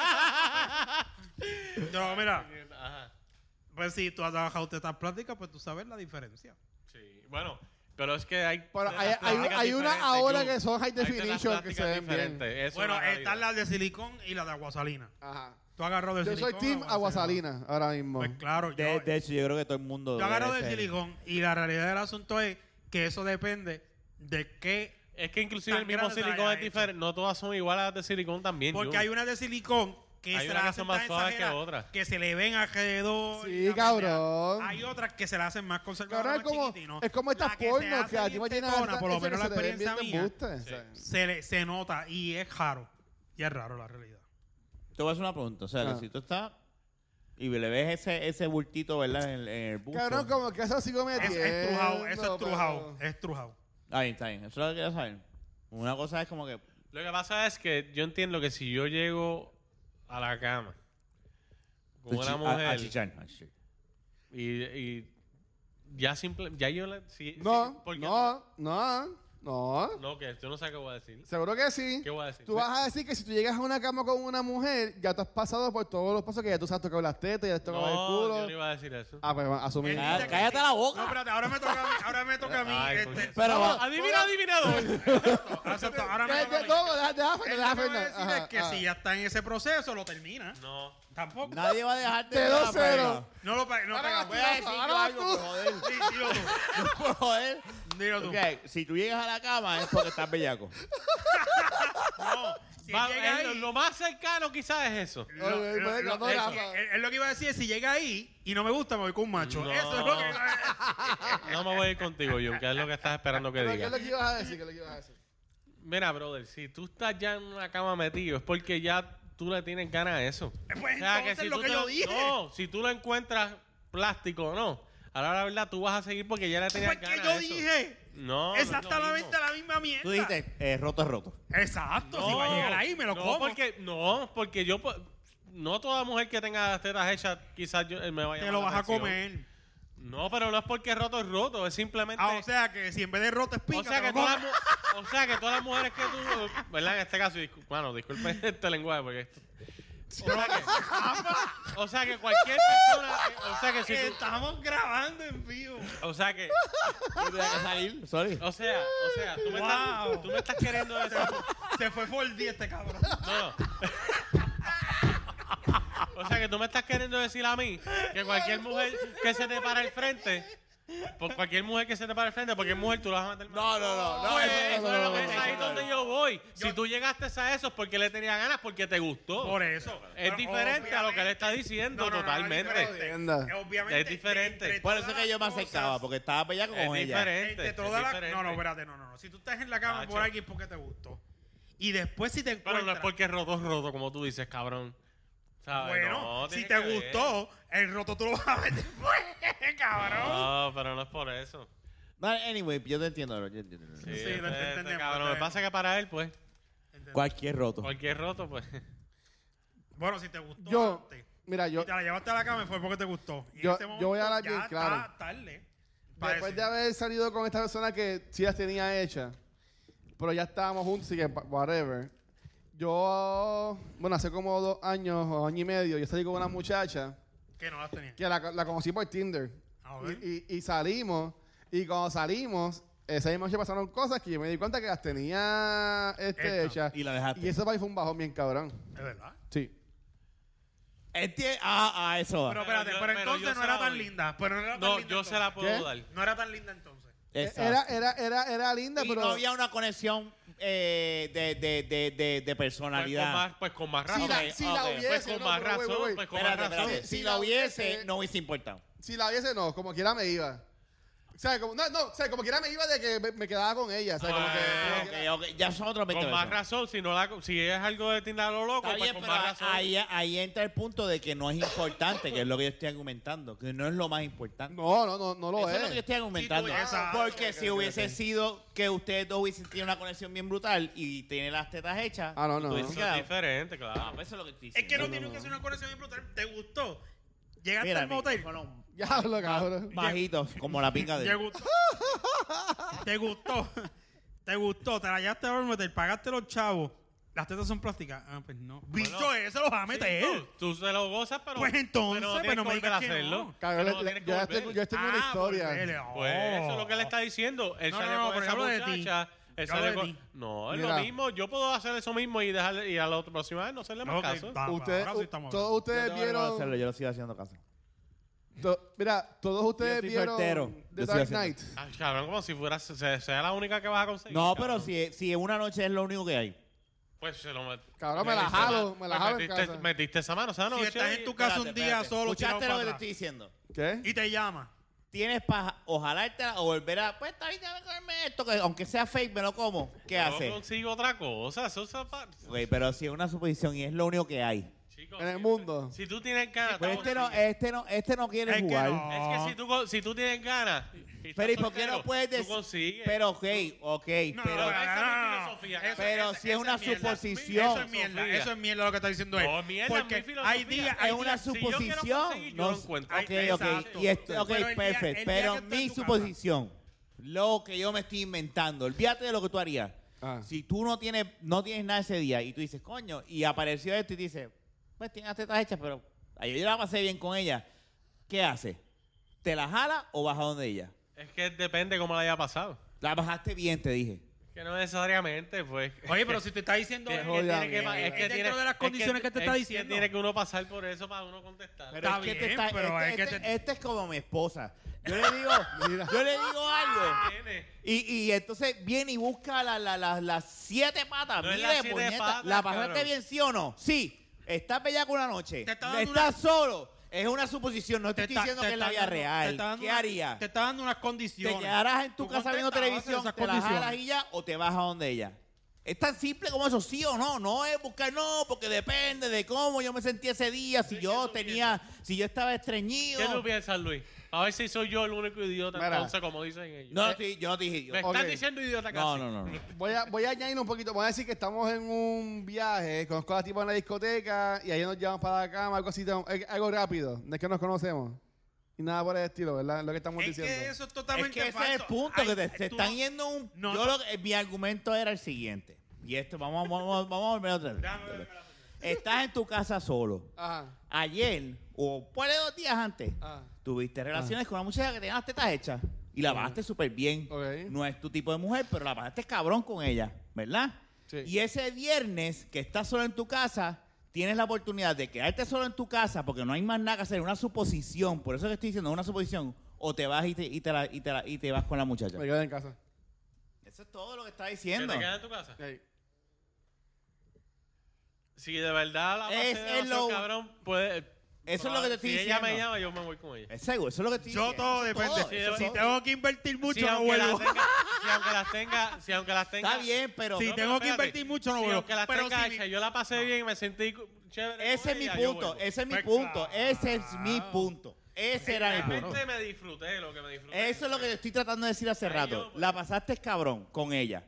No, mira. Ajá. Pues si tú has trabajado tetas plásticas, pues tú sabes la diferencia. Sí, bueno, pero es que hay... Pero tetas hay, hay, plásticas hay una diferentes, ahora Jun. que son high Hay tetas definition que se plásticas ven bien. diferentes, eso es Bueno, una realidad. están las de silicón y las de aguasalina. Ajá. Tú agarras del Yo silicón. soy team o aguasalina ahora mismo. Pues claro, yo, De, de hecho, yo creo que todo el mundo. yo agarro debe del ser. silicón y la realidad del asunto es que eso depende de qué. Es que inclusive tan el mismo grande se silicón haya es diferente. No todas son iguales a las de silicón también, Porque Jun. hay unas de silicón que Hay se unas las que hacen son más tan suaves que exageradas, otras. que se le ven alrededor. Sí, y la cabrón. pendeja. Hay otras que se le hacen más conservadoras, Cabrón, es más como, chiquitinos. es como estas La que se pornos hace que a ti bien me tienen tetona, harta- por lo hecho menos la que se te ven experiencia bien de mía, embuste, o sea. se, le, se nota y es raro. Y es raro la realidad. Te voy a hacer una pregunta. O sea, Ah. que si tú estás y le ves ese, ese bultito, ¿verdad? En el, en el busto. Cabrón, como que eso sigo Es, metiendo. es trujado, eso es trujado, pero- es trujado. Está bien, está bien. Eso es lo que quiero saber. Una cosa es como que. Lo que pasa es que yo entiendo que si yo llego a la cama con una a- mujer A, chichar, a chichar. y, y ya simple, ya yo le... si- No, si- porque- no, no, no. No, que tú no sabes qué voy a decir. Seguro que sí. ¿Qué voy a decir? Tú vas a decir que si tú llegas a una cama con una mujer, ya tú has pasado por todos los pasos que ya tú sabes tocar las tetas, ya has tocado el No, culo. yo no iba a decir eso. Ah, pues asumir. Él Cállate, dice que cállate sí. la boca. No, espérate, ahora me toca a mí, ahora me toca a mí. Ay, este, coño. Pero va- ¡Adivina, adivinador! Exacto, ahora me Eh, toca a eh, mí. No, deja, deja, Él deja, lo que va a Fernan. decir Ajá, es que ajá. si ya está en ese proceso, lo termina. No. Tampoco. Nadie va a dejarte. Te de do la cero. pega. No lo pe- no Ahora pega. vas Voy a decir Ahora yo vas algo tú. por joder. Sí, dilo tú. Por joder. Dilo tú. Ok, si tú llegas a la cama es porque estás bellaco. No, si Va- llega es- ahí. lo más cercano quizás es eso. Lo- Ok, lo- pues, lo- no, él- Rafa. él- él lo que iba a decir es si llega ahí y no me gusta, me voy con un macho. No. Eso es lo que iba a decir. No me voy a ir contigo, Jun, que es lo que estás esperando que Pero, ¿qué diga. es lo que ibas a decir? ¿Qué es lo que ibas a decir? Mira, brother, si tú estás ya en una cama metido, es porque ya tú le tienes ganas a eso. Pues O sea, entonces si lo tú que te yo dije. No, si tú lo encuentras plástico o no, ahora la verdad tú vas a seguir porque ya le tenías Pues que ganas yo a eso. dije. No, no es lo Exactamente mismo. la misma mierda. Tú dijiste, eh, roto es roto. Exacto, si va a llegar ahí, me lo no, como. Porque, no, porque yo... po- No toda mujer que tenga las tetas hechas, quizás yo, eh, me vaya a Te llamar lo la vas a atención. comer. No, pero no es porque roto es roto, es simplemente... Ah, o sea que si en vez de roto es pica, O sea, te que lo todas comes. las, mu- o sea que todas las mujeres que tú... ¿Verdad? En este caso, discu- bueno, disculpen este lenguaje porque... esto- O sea, que, o sea que cualquier persona... que- O sea que si tú... Estamos grabando en vivo. O sea que... Yo tenía que salir, sorry. O sea, o sea, tú me, Wow. estás, tú me estás queriendo decir... Se fue por día este cabrón. No, no. O sea que tú me estás queriendo decir a mí que cualquier mujer que se te para el frente... Por cualquier mujer que se te para el frente, porque es mujer tú la vas a meter mal. No, no, no. no, Pues, eso no, eso no, es no, lo que no, es no, ahí no, donde no. yo voy. Si tú llegaste a eso es porque le tenía ganas, porque te gustó. Por eso. Es Pero diferente a lo que él está obviamente- diciendo, No, no, no, totalmente. es diferente. Entienda. Obviamente. Es diferente. entre Por todas eso que yo me las acercaba, cosas, porque estaba bellaco Es con ella. diferente. entre es todas las- diferente. No, no, espérate, no, no, no. Si tú estás en la cama Nacho. por alguien porque te gustó. Y después si te Pero encuentras... no es porque es roto, es roto, como tú dices, cabrón. ¿Sabes? Bueno, No, si tiene te que ver. gustó, el roto tú lo vas a meter. cabrón. No, pero no es por eso. No, anyway, yo te entiendo. Yo te entiendo. Sí, Sí, este- lo este entendemos, cabrón. Me entendemos. pasa que para él, pues, Cualquier roto. cualquier roto, pues. Bueno, si te gustó Yo, antes mira, yo, y te la llevaste a la cama fue porque te gustó. Y en Yo- este yo momento voy a hablar ya bien claro. está tarde. para después de decir. haber salido con esta persona que sí las tenía hechas, pero ya estábamos juntos, así que pa- whatever. Yo, bueno, hace como dos años o año y medio, yo salí con una muchacha Que no las tenía. que la, la conocí por Tinder. A ver. Y, y- y salimos, y cuando salimos, esa misma noche pasaron cosas que yo me di cuenta que las tenía este, Esta. hechas. Y la dejaste. Y eso para mí fue un bajón bien cabrón. Es verdad. Sí. Enti- ah, ah, eso va. Pero Pero espérate, yo- pero, pero entonces yo no se era la tan doy. linda. Pero no era tan No, linda yo se la entonces. puedo ¿Qué? dar. No era tan linda entonces. Exacto. Era, era, era, era linda, y pero... no había una conexión eh, de, de, de, de, de Pues con personalidad. más, pues con más razón. Si la, Ok, si la ok. hubiese, Pues con no, más pero wait, razón, wait, pues wait. con Espérate, más razón. espérate. Si Si la la hubiese, hubiese- no hubiese importado. Si la hubiese, no, como quiera me iba. O sea, como, no, no, o sea, como quiera me iba de que me, me quedaba con ella. O sea, como que... Ah, como quiera- Ok, ok, ya son otros veinte Con más pesos. razón, si no la, si es algo de Tinder a lo loco, Está pues bien, con pero más razón. ahí, ahí entra el punto de que no es importante, que es lo que yo estoy argumentando, que no es lo más importante. No, no, no, no lo Eso es. es lo que yo estoy argumentando. Sí, tú- exacto. Porque Ok, si ok, hubiese ok. sido que ustedes dos hubiesen tenido una conexión bien brutal y tiene las tetas hechas, Ah, no, y no. tú hubieses Eso quedado. es diferente, claro. Ah, pues eso es lo que estoy Es que diciendo. no tiene que ser una conexión bien brutal. ¿Te gustó? Llegaste Mira, al motel. micrófono Ya lo cabrón. bajitos, como la pinga ¿Te de gustó? ¿Te gustó? ¿Te gustó? ¿Te la llevaste al motel? ¿Pagaste los chavos? ¿Las tetas son plásticas? Ah, pues no. Bicho, eso lo vas a meter. Sí, tú, tú se lo gozas, pero. Pues entonces, pero no pero tienes no me que volver a digas que hacerlo. no. Cabrón, Pero no le- tienes que yo, ya volver. estoy, yo estoy en una Ah, historia. volvele. Pues Oh. eso es lo que le está diciendo. Él No, salió no, no, con pero esa yo hablo de ti. muchacha. Él Yo hablo salió de con... ti. No, es Mira. lo mismo. Yo puedo hacer eso mismo y dejarle y a la otra próxima vez no hacerle más Ok, caso. va, va, Ustedes, ahora sí estamos todos hablando. ustedes vieron... yo lo sigo haciendo caso. to- mira, todos ustedes estoy vieron soltero. The Yo estoy Dark haciendo- Knight. Ay, cabrón, como si fuera se- sea la única que vas a conseguir. No, cabrón. pero si, si una noche es lo único que hay. Pues se lo met- Cabrón, me la metiste jalo, ma- me la pues jalo en metiste, casa. metiste esa mano esa Si noche. estás en y- tu casa un Espérate, día espérate. solo, tirado ¿Escuchaste lo para que te atrás, estoy diciendo? ¿Qué? y te llama. Tienes para o jalártela o volver a... Pues está bien, déjame comerme esto, que aunque sea fake, me lo como. ¿Qué Yo hace? consigo otra cosa. Eso es apa- Ok, pero si es una suposición y es lo único que hay. Chicos, En el si- mundo. Si tú tienes ganas... Pues tú este no, consigues. este no, este no quiere Es que jugar. no. Es que si tú, con- si tú tienes ganas... y estás Pero ¿y por qué soltero, no puedes Tú decir? consigues. Pero ok, ok, No, pero... no, esa es no, mi no, filosofía. eso- Pero esa- si es esa una mierda. suposición. Eso es mierda, Filosofía. eso es mierda lo que está diciendo él. No, mierda, Porque mi filosofía. hay días, Es hay una días- si yo quiero suposición. conseguir, yo lo encuentro. Ay, ok, ok. exacto. Y esto, ok, Pero el día- perfecto. el día Pero que estés mi en tu suposición, lo que yo me estoy inventando, olvídate de lo que tú harías. Ah. Si tú no tienes, no tienes nada ese día y tú dices, coño, y apareció esto y dices, pues tienes las tetas hechas, pero ayer yo la pasé bien con ella. ¿Qué hace? ¿Te la jala o vas a donde ella? Es que depende cómo la haya pasado. La bajaste bien, te dije. Que no necesariamente, pues... Oye, pero si te está diciendo Es es que Joder, tiene que, pa- es es que dentro tiene, de las es condiciones que te está es diciendo. tiene que uno pasar por eso para uno contestar. Pero Está es que bien, este, está- pero este- es que este- te- este es como mi esposa. Yo le digo, yo le digo algo. Tiene. Y, y entonces viene y busca la- la- la- las siete patas. No es Mire, las siete puñeta, patas, ¿la pasaste cabrón. bien, sí o no? Sí. ¿Estás bellaco una noche? Te está dando ¿Estás solo? Es una suposición, no te, estoy está- diciendo te que es la está vida dando- te real. está dando ¿Qué una- harías? Te está dando unas condiciones. ¿Te quedarás en tu Tú casa viendo contestas a base de televisión, esas te la condiciones. jalas y ya, o te vas a donde ella? Es tan simple como eso, sí o no. No es buscar no, porque depende de cómo yo me sentí ese día, si yo tenía, si yo estaba estreñido. ¿Qué tú piensas, Luis? A ver si soy yo el único idiota, Mira. entonces, como dicen ellos. No, sí, yo no te dije Me yo. están Ok. diciendo idiota casi. No, no, no, no. Voy a, voy a añadir un poquito. Voy a decir que estamos en un viaje, conozco a la tipa en la discoteca y ahí nos llevamos para la cama, algo así, algo rápido. No es que nos conocemos. Y nada por el estilo, ¿verdad? Es lo que estamos Es diciendo. que eso es Es totalmente que ese falso. es el punto, Ay, que te, te tú están no- yendo un... no, yo no. lo que- mi argumento era el siguiente. Y esto, vamos, vamos, vamos a volver otra vez. Déjame ver la- Estás en tu casa solo. Ajá. Ayer, o por dos días antes, Ajá. tuviste relaciones con una muchacha que tenía las tetas hechas y la pasaste súper bien. Ok. No es tu tipo de mujer, pero la pasaste cabrón con ella, ¿verdad? Sí. Y ese viernes que estás solo en tu casa, tienes la oportunidad de quedarte solo en tu casa porque no hay más nada que hacer, una suposición, por eso que estoy diciendo, una suposición, o te vas y te, y te, la- y te, la- y te vas con la muchacha. Me quedo en casa. Eso es todo lo que está ¿Que diciendo. te quedas en tu casa? Ey. Si de verdad la Es- pasé es lo- cabrón, pues... Eso es lo que te estoy si diciendo. ella me llama, yo me voy con ella. Es seguro, eso es lo que estoy Yo diciendo. todo Eso es depende. todo, eso es Si todo. tengo que invertir mucho, Si no aunque, las vuelvo. tenga, si aunque las tenga, si aunque las tenga, Está bien, pero... Si No, tengo pero que espérate. invertir mucho, no si vuelvo. aunque las Pero tenga si mi- hechas, yo la pasé bien y me sentí cu- chévere. Ese con es mi ella, yo punto, vuelvo. ese es mi Pues punto, claro. ese es mi punto. Ese era mi punto. Realmente me disfruté lo que me disfruté. Eso es lo que estoy tratando de decir hace Ahí rato. yo- La pasaste cabrón con ella.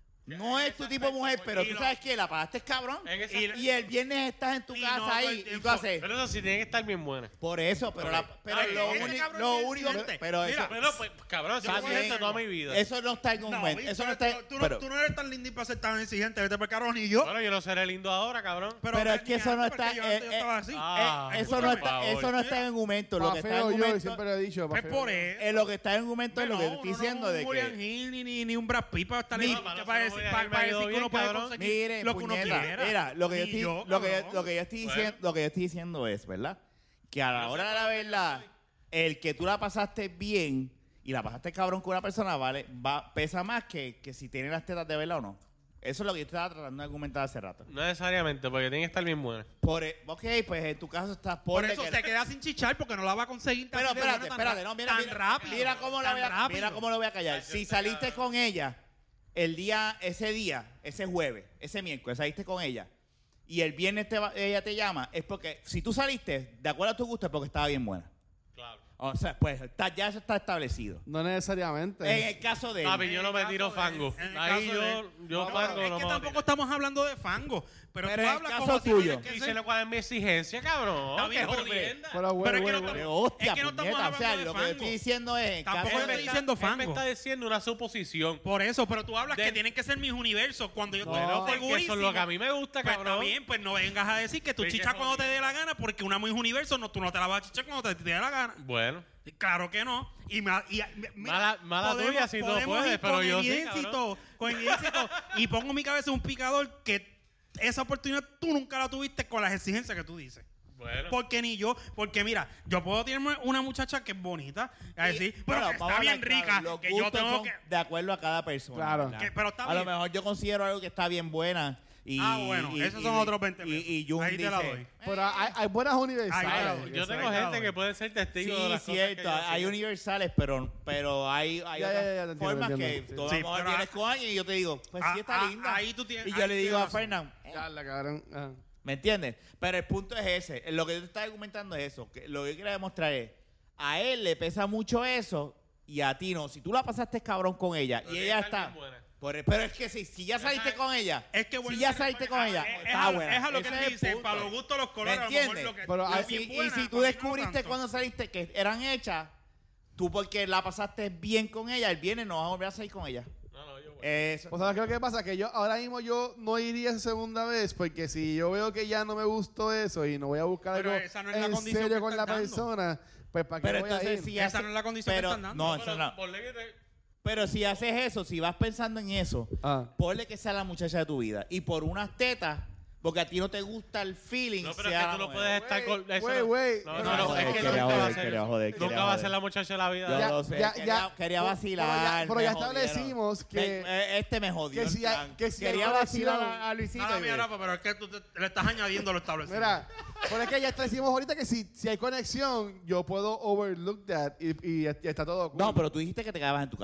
No es tu tipo de mujer, pero Y tú lo- sabes que la pasaste cabrón. En ese- Y el viernes estás en tu Y casa no todo el ahí y tú tiempo. haces. Pero eso sí tiene que estar bien buena. Por eso, pero, Ok. la, pero Ay, lo, ese uni- cabrón lo es único. incidente. Pero Mira, eso. Pero pues, cabrón, eso Está es bien. de toda mi vida. Eso no está en un No, momento. bicho, Eso no tú, está. tú no, pero, tú no eres tan lindo para ser tan exigente, vete para carajo ni yo. Bueno, yo no seré lindo ahora, cabrón. pero es que eso no está. Yo, eh, antes yo eh, estaba así. Ah, eh, eso, no por está, favor. eso no está en un momento. Lo Pa' que está en feo un yo, y momento. siempre lo he dicho. pa' Es feo por yo. eso. eh, lo que está en un momento es lo que No, te estoy uno no diciendo es de un Julian que. Hill ni, ni, ni un Brad Pitt para estar Ni- ahí, No, para para nosotros decir, Julian para, Hill me para ha ido decir que uno bien, puede cabrón. conseguir Mire, lo que uno puñeta, quiera. mira, lo que yo Ni estoy, yo, lo que yo, cabrón. lo que yo estoy Bueno. diciendo, lo que yo estoy diciendo es, ¿verdad? Que a la hora de la verdad, el que tú la pasaste bien y la pasaste cabrón con una persona, vale, va, pesa más que, que si tiene las tetas de verdad o no. Eso es lo que yo estaba tratando de argumentar hace rato. No necesariamente, porque tiene que estar bien buena. Por, e- ok, pues en tu caso estás Por ponle eso que- se queda sin chichar porque no la va a conseguir tan Pero de espérate, buena, tan espérate, ra- no, mira, tan mira, rápido. mira cómo la tan voy a, rápido. mira cómo lo voy a callar. Ay, yo Si estoy saliste cabrón. con ella el día, ese día, ese jueves, ese miércoles, saliste con ella y el viernes te va- ella te llama, es porque si tú saliste de acuerdo a tu gusto es porque estaba bien buena. Claro. O sea, pues está, ya eso está establecido. No necesariamente. En el caso de él. Papi, yo no me En el tiro caso de- fango. en el Ahí caso de- yo, yo No, fango es no que me voy a tampoco tirar. estamos hablando de fango. Pero, Pero tú en el hablas caso como si tuyo. tienes que ser- Diciendo cuál es mi exigencia, cabrón. Está bien, Qué pero- jodienda. Pero, güey, Pero es que güey, no güey. Pero, estamos- hostia, es que no estamos puñeta, o sea, hablando de lo que yo fango. estoy diciendo es en Tampoco caso yo de- estoy diciendo Él me fango. está diciendo una suposición. Por eso, pero tú hablas De- que tienen que ser mis universos. Cuando yo No, estoy porque Porque eso es lo que a mí me gusta, Pues cabrón. está bien, pues no vengas a decir que tú Pero qué chichas cuando te jodido. dé la gana porque una muy universo, no, tú no te la vas a chichar cuando te, te dé la gana. Bueno. Claro que no. Y, ma- y- mira, Mala- mala podemos- tuya si tú podemos puedes, ir pero con yo sí, evidencia y cabrón. todo, con evidencia y todo. Y pongo mi cabeza en un picador que esa oportunidad tú nunca la tuviste con las exigencias que tú dices. Bueno. Porque ni yo, porque mira, yo puedo tener una muchacha que es bonita, a Y- decir, pero bueno, que vamos está a bien hablar claro, rica, los que yo gustos tengo son que... de acuerdo a cada persona. Claro. ¿verdad? Que- pero está a lo bien. mejor yo considero algo que está bien buena. Y, Ah, bueno, y- esos y- son otros veinte y, pesos. y Jun Ahí te la dice, doy. Pero hay, hay buenas Ay, universales. claro, Yo Exacto. tengo gente que puede ser testigo de Sí, las cosas cierto, que yo hay siento. universales, pero, pero hay, hay Ya, otras ya, ya, te entiendo, formas te que entiendo. tú Sí. a lo mejor pero vienes a- con alguien y yo te digo, pues Ah, sí está ah, linda. ahí tú tienes- y yo ahí le tú digo a tienes razón. Fernan, eh, Ya, la cabrón. Ajá. ¿me entiendes? Pero el punto es ese. Lo que yo te estaba argumentando es eso. Que lo que yo quería demostrar es, a él le pesa mucho eso y a ti no. Si tú la pasaste cabrón con ella Pero y tiene ella que estar está... bien buena. por- pero es que si, si ya saliste Esa- con ella, Es que vuelvo si ya a- saliste con a- ella, es- es está a- buena. Es a lo que Ese él el dice, punto. para los gustos, los ¿Me colores, a lo mejor entiendes? lo que... Pero lo así- que es Y, y buena, si tú para mí no descubriste tanto. cuando saliste que eran hechas, tú porque la pasaste bien con ella, el viernes no vas a volver a salir con ella. No, no, yo, bueno. Eso. Pues ¿sabes qué es lo que pasa? Que yo ahora mismo yo no iría esa segunda vez porque si yo veo que ya no me gustó eso y no voy a buscar Pero algo esa no es la en condición serio que con la estás dando. persona, pues ¿para qué Pero voy a entonces ir? si Esa hace- no es la condición que pero, están dando. No, Pero eso no. ponle que te- Pero si haces eso, si vas pensando en eso, Ah. ponle que sea la muchacha de tu vida. Y por unas tetas, porque a ti no te gusta el feeling. No, pero sea es que la tú no mujer. puedes estar con... eso güey, no- güey. No, Pero no, no, no, es que quería nunca va a joder, ser quería eso. joder, Nunca quería va a joder. ser la muchacha de la vida. Yo Ya- lo sé, ya- quería, ya- quería pero- vacilar. pero ya- pero me ya jodieron. establecimos que- Me- eh, este me jodió. que si en hay- plan. que si quería hay vacilar conexión- a, a Luisito. Nada, y mira, ve. Rafa, pero es que tú te- le estás añadiendo lo establecido. Mira, pero es que ya establecimos ahorita que si, si hay conexión, yo puedo overlook that y, y, y está todo cool. No, pero tú dijiste que te quedabas en tu casa.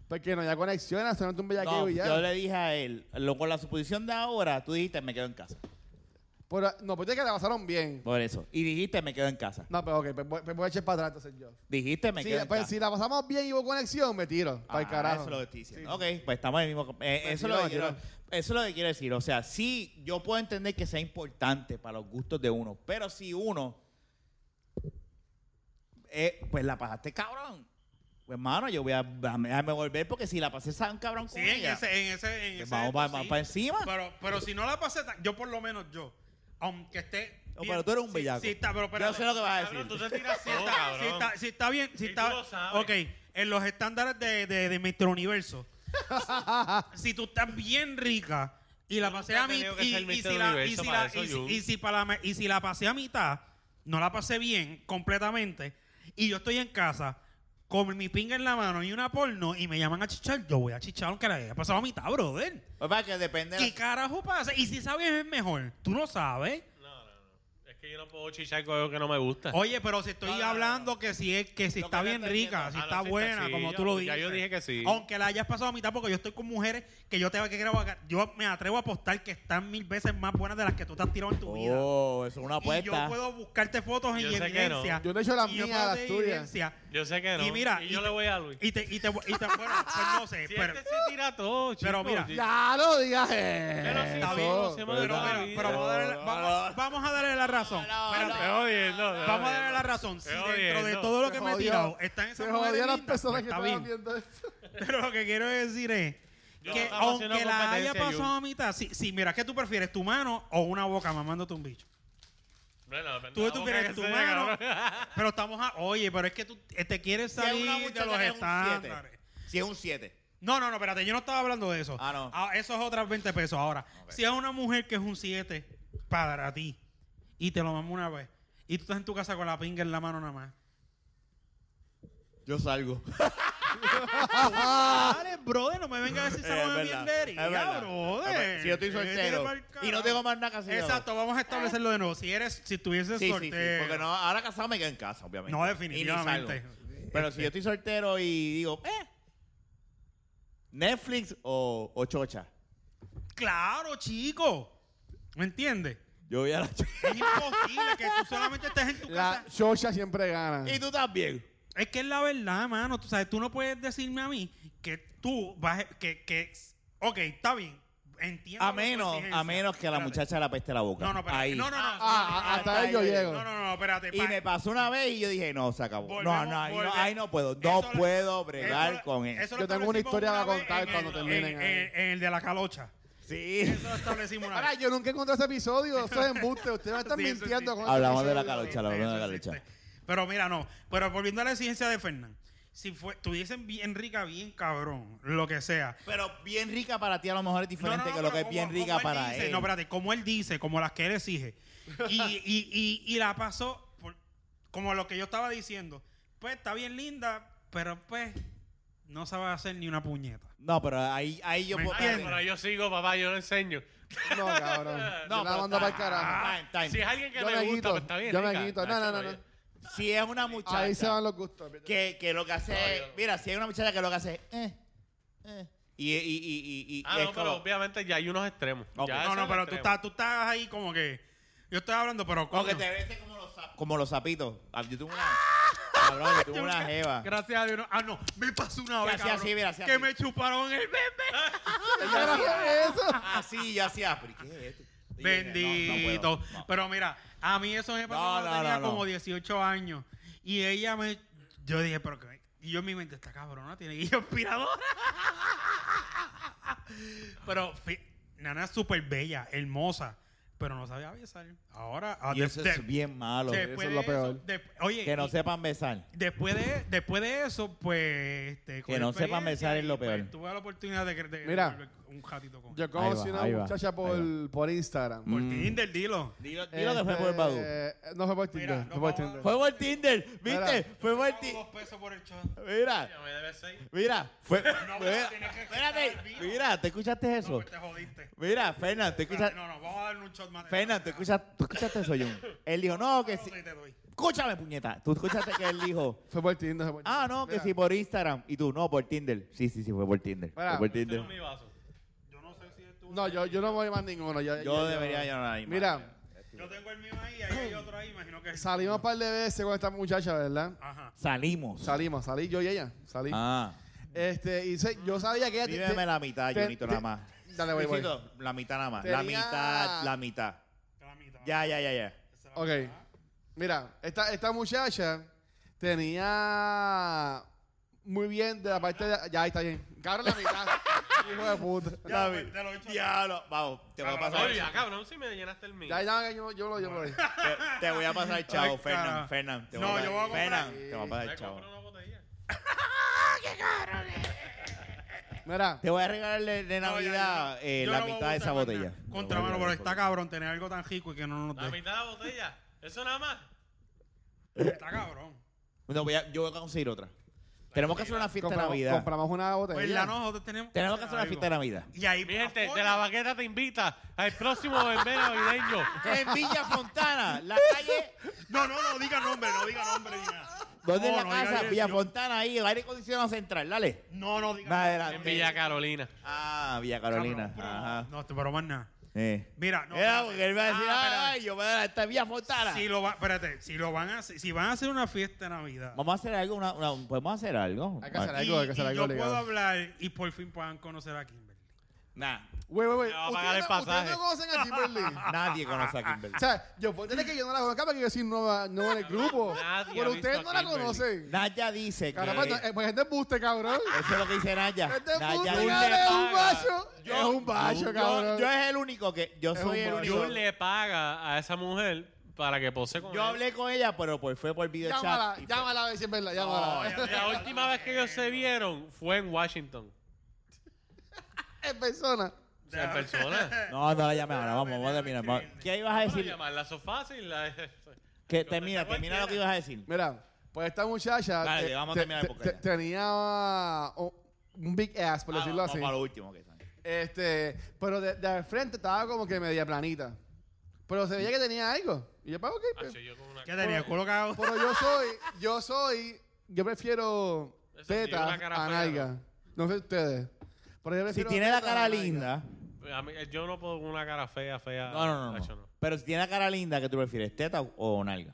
Porque no había conexión, solamente un bellaqueo No, y ya. yo le dije a él, lo, con la suposición de ahora, tú dijiste, me quedo en casa. Pero, no, pues es que la pasaron bien. Por eso. Y dijiste, me quedo en casa. No, pero ok, pues, voy- pues voy a echar para atrás entonces yo. Dijiste, me Sí, quedo en pues, casa. si la pasamos bien y hubo conexión, me tiro. Para el Ah, carajo. Eso es lo que estoy diciendo. Sí. Ok, pues estamos en el mismo... eh, Me eso, es tiro, lo que me quiero, tiro. eso es lo que quiero decir. O sea, sí, yo puedo entender que sea importante para los gustos de uno, pero si uno... eh, pues la pasaste cabrón. Pues, hermano, yo voy a déjame, déjame volver porque si la pasé tan cabrón con Sí, en ella, ese, en ese, en pues ese vamos, esto, pa- vamos sí. para encima. Pero, pero si no la pasé tan, yo por lo menos yo, aunque esté No, bien- pero tú eres un sí, bellaco. Sí, está, pero Yo espérate. sé lo que vas a Cabrón, decir. tú te tiras Si todo, está, cabrón. si está, si está bien, si Y está, tú lo sabes. ok, en los estándares de, de, de Mister Universo, si tú estás bien rica y la Tú pasé nunca a has mi tenido que y, ser y Mister si la y Universo si para la eso, y si- Jun. y si para la- y si la pasé a mitad, no la pasé bien completamente y yo estoy en casa con mi pinga en la mano y una porno y me llaman a chichar, yo voy a chichar aunque la haya pasado a mitad, brother. Pues, para que depende de ¿Qué la- carajo pasa? Y si sabes es mejor, tú no sabes. No, no, no. Es que yo no puedo chichar con algo que no me gusta. Oye, pero si estoy No, no, no, hablando no. que si es que si Lo está que te bien estoy rica, diciendo. si Ah, no, está sí está- buena, sí, como ya- tú lo ya dices. yo dije que sí. Aunque la hayas pasado a mitad, porque yo estoy con mujeres que yo te que creo que- yo me atrevo a apostar que están mil veces más buenas de las que tú te has tirado en tu vida. Oh, eso es una Y apuesta. yo puedo buscarte fotos Yo y sé que evidencia. no. Yo no he hecho las y yo mías, puedo las tener tuyas. evidencia. Yo sé que no. Y mira, y yo y le te- voy a Luis. Y te, y te, y te- bueno, pues no sé, Si pero, este se tira todo, pero chico, mira, chi- Ya no digas Pero sí, eso. está bien, conocemos de pero, la pero- vida. pero vamos, a darle, No, vamos- no. vamos a darle la razón. No, no, Espérate. Estoy jodiendo, estoy Vamos a darle jodiendo. la razón. Si Estoy dentro de jodiendo. todo lo Se que me he jodió. tirado están esas Se mujeres jodían las lindas, personas pues que está estaban bien. viendo esto. Pero lo que quiero decir es Yo que no estaba haciendo aunque la haya competencia, pasado Jun. a mitad, si, si mira, ¿qué tú prefieres? ¿Tu mano o una boca mamándote un bicho? Bueno, depende Tú, de la tú boca prefieres que tu sea, mano, cabrón. pero estamos a... Oye, pero es que tú eh, te quieres Si es salir una de muchacha los que es un estándares. siete. Si es un siete. No, no, no, espérate, yo no estaba hablando de eso. Ah, no. Eso es otras veinte pesos. Ahora, Ok. si es una mujer que es un siete para ti y te lo mamo una vez y tú estás en tu casa con la pinga en la mano nada más. Yo salgo. Dale, brother, no me vengas a decir Es esa verdad, mierdería, es verdad. brother. Si yo estoy Vete soltero pa'l y no carajo. tengo más nada que hacer. Exacto, vamos a establecerlo de nuevo. Si eres, si estuvieses Sí, sí, sí. soltero. Porque no, ahora casado me quedo en casa, obviamente. No, Y definitivamente. ni salgo. Pero si yo estoy soltero y digo, eh, Netflix o, o chocha. Claro, chico. ¿Me entiendes? Yo voy a la chocha. Es imposible que tú solamente estés en tu La casa. chocha siempre gana. Y tú también. Es que es la verdad, mano. Tú sabes, tú no puedes decirme a mí que tú vas a- que, que ok, está bien. Entiendo. A tu menos, exigencia. a menos que a la Espérate. mucha le apeste la boca. No, no, espérate. Ahí. No, no, no. Ah, no, ah, hasta ahí yo ahí. llego. No, no, no, espérate. Y pa- me pasó una vez y yo dije, no, se acabó. Volvemos, no, no, ahí no, volvemos. ahí no puedo. No Eso lo- puedo bregar eso- con eso. eso lo Yo tengo una establecimos historia una para vez contar en cuando el- terminen En, ahí. en- en el de la calocha. Sí. Eso lo establecimos una Ahora, vez. yo nunca encontré ese episodio. Eso es embuste. Ustedes me están Sí, eso mintiendo existe. con Hablamos ese de la episodio. calocha, hablamos de la Eso calocha. existe. Pero mira, no. Pero volviendo a la exigencia de Fernán. Si fue, tuviesen bien rica, bien cabrón, lo que sea. Pero bien rica para ti a lo mejor es diferente No, no, no, que lo que pero es bien como- rica como para dice, él. No, espérate, como él dice, como las que él exige. Y, y, y, y la pasó, por- como lo que yo estaba diciendo. Pues está bien linda, pero pues no sabe hacer ni una puñeta. No, pero ahí, ahí yo ¿Me puedo... Ay, entiendes? pero yo sigo, papá, yo lo enseño. No, cabrón. No, Yo la pero mando para el está- carajo. time, time. Si es alguien que Yo me me gusta, quito. pues está bien. Yo me rica. quito. No, Nacho, no, no, no. Si es una muchacha Ahí se van los gustos. que, que lo que hace... No, yo no. Mira, si hay una muchacha que lo que hace es... Eh, eh, y, y, y, y, y Ah, es no, pero como- obviamente ya hay unos extremos. Ok. Ya No, ese no, es pero el tú extremo. estás, tú estás ahí como que. Yo estoy hablando, pero. como que coño, te ves como los, zap- como los zapitos. Ah, Yo tuve una... Cabrón, yo tuve una jeva. Gracias a Dios. no- Ah, no, me pasó una Que vez. hacía cabrón, así, mira, hacía que así. me chuparon el bebé. ¿Qué carajo es eso? Así, yo hacía... ¿Pero qué es esto? Y yo dije, Bendito. no, no puedo, no. Pero mira, a mí eso me pasó No, cuando no, tenía no, no. como dieciocho años. Y ella me. Yo dije, pero que. Y yo en mi mente, esta cabrona tiene guillo aspiradora. Pero, fi- Nana es súper bella, hermosa. Pero no sabía besar. Ahora. ah, Y de- eso de- es bien malo. después eso es de lo peor. de- oye, Que no y- sepan besar. Después de, después de eso, pues... Este, con Que no sepan experiencia besar es y, lo pues, peor. tuve la oportunidad de, de Mira, volver un ratito con... Yo conocí va, una ahí va, muchacha por, ahí por Instagram. por Mm. Tinder, dilo. Dilo, dilo que fue por el Badu. Este, No fue por Tinder. Mira, fue no por vamos a- Tinder. Fue por Tinder, ¿viste? Mira. Fue por Pagamos Tinder. dos pesos por el show. Mira, Ya me debe ser. mira. Fue, No, mira, pero tienes que espérate, estar vivo. mira, ¿te escuchaste No, eso? pues te jodiste. Mira, Fernando, ¿te Espera, escuchaste? no, no, vamos a darle un shot más. Fernando, ¿te escuchaste, ¿tú escuchaste eso, John? Él dijo, no, que sí. Sí, te doy. Escúchame, puñeta. Tú escuchaste que él dijo, Fue por Tinder. Fue por ah, Tinder. no, que Mira, sí por Instagram. Y tú, no, por Tinder. Sí, sí, sí, fue por Tinder. Mira, fue por Este Tinder. no es mi vaso. Yo no sé si esto... No, yo, yo no voy más ninguno. Ya- Yo ya- debería ya no hay más. Mira, Yo tengo el mío ahí, ahí hay otro ahí, imagino que... salimos un par de veces con esta muchacha, ¿verdad? Ajá. Salimos. Salimos, salí yo y ella. Salí. Ah. Este, y se- yo sabía que ella... te- Dímeme te- la mitad, te- Junito, te- nada más. Dale, voy, voy. Luisito, la mitad nada más. La Tenía- mitad, la mitad. La mitad. Ya, ya, ya, ya. Esa es la Ok. mitad. Mira, esta, esta muchacha tenía muy bien de la parte de... Ya, ahí está bien. Cabrón, la mitad. Hijo de puta. Ya, pues, te lo he hecho. Diablo. Vamos, te voy a Cabrón, pasar. Oye, ya, cabrón, si me llenaste el mío. Ya, ya, yo, yo lo yo lo doy. Te, te voy a pasar, chavo, Ay, Fernán. cara. Fernán, te No, voy a yo voy a comprar- Fernán, te voy a pasar, Me chavo. compro una botella. Mira, Te voy a regalarle de No, ya, Navidad ya. eh, Yo la no voy a mitad de esa usar más botella. nada. Contra mano, pero está cabrón tener algo tan rico y que no nos La dé. mitad de la botella. Eso nada más. Está cabrón. No, voy a, yo voy a conseguir otra. Tenemos que hacer una fiesta de compramos, Navidad. compramos una Pues botella. la nosotros tenemos Tenemos que hacer una algo. fiesta de Navidad. Y ahí, Mi gente, de la baqueta te invita al próximo bebé navideño. En Villa Fontana, la calle. No, no, no diga nombre, no diga nombre. Ni nada. ¿Dónde No, es la no diga casa? eso. Villa Fontana, ahí, el aire acondicionado central. Dale. No, no diga Va nombre. adelante. En Villa Carolina. Ah, Villa Carolina. Cabrón, Ajá. No, pero más nada. Eh. Mira, no. Era espérate. porque él va a decir, Ah, espérate. ay, yo voy a dar esta Villa Fontana. Si lo va, espérate, si lo van a hacer, si van a hacer una fiesta de Navidad. Vamos a hacer algo, una, una- podemos hacer algo. Hay que hacer y, algo, hay que hacer y algo yo obligado. puedo hablar y por fin puedan conocer a Kimberly. Nah, Güey, güey, güey. Me va a ¿Ustedes pagar el no- pasaje. ¿Ustedes no conocen a Kimberly? nadie conoce a Kimberly. O sea, yo puedo entender que yo no la conozca porque yo soy nueva, nueva en el grupo. Nadie Pero ha ustedes visto no a la Kimberly. conocen. Naya dice que... Caramba, no, eh, pues es de embuste, cabrón. Eso es lo que dice Naya. Es de embuste, Naya cabrón, dice... es un paga. bacho. Yo- Es un bacho, yo, cabrón. yo es el único que... Yo Es soy un el bacho. único... Jun le paga a esa mujer para que pose con Yo él. hablé con ella, pero por, fue por video Llámala, chat. y fue- llámala a ver si es verdad, llámala. La última vez que ellos se vieron fue en Washington. En persona. En persona. No, no la llame ahora. Vamos, vamos a terminar. Vamos. ¿Qué ibas a Bueno, decir? llamarla eso fácil. La... Que termina, termina lo que ibas a decir. Mira, pues esta muchacha Dale, te- vamos a te- terminar el te- podcast te- tenía uh, un big ass, por Ah, decirlo vamos así. para lo último. Que está. Este, pero de, de al frente estaba como que media planita. Pero se veía que tenía algo. Y yo, pues, ok, pues. Hacho, yo con una- ¿Qué tenía? ¿Colocado? Pero yo soy, yo soy, yo prefiero Eso sí, una tetas cara a fea, nalga. No sé ustedes. Pero yo Si prefiero tiene la tetas a cara nalga. linda... A mí- yo no puedo con una cara fea, fea. No, no, no, Hacho, no. Pero si tiene la cara linda, ¿qué tú prefieres? ¿Teta o, o nalga?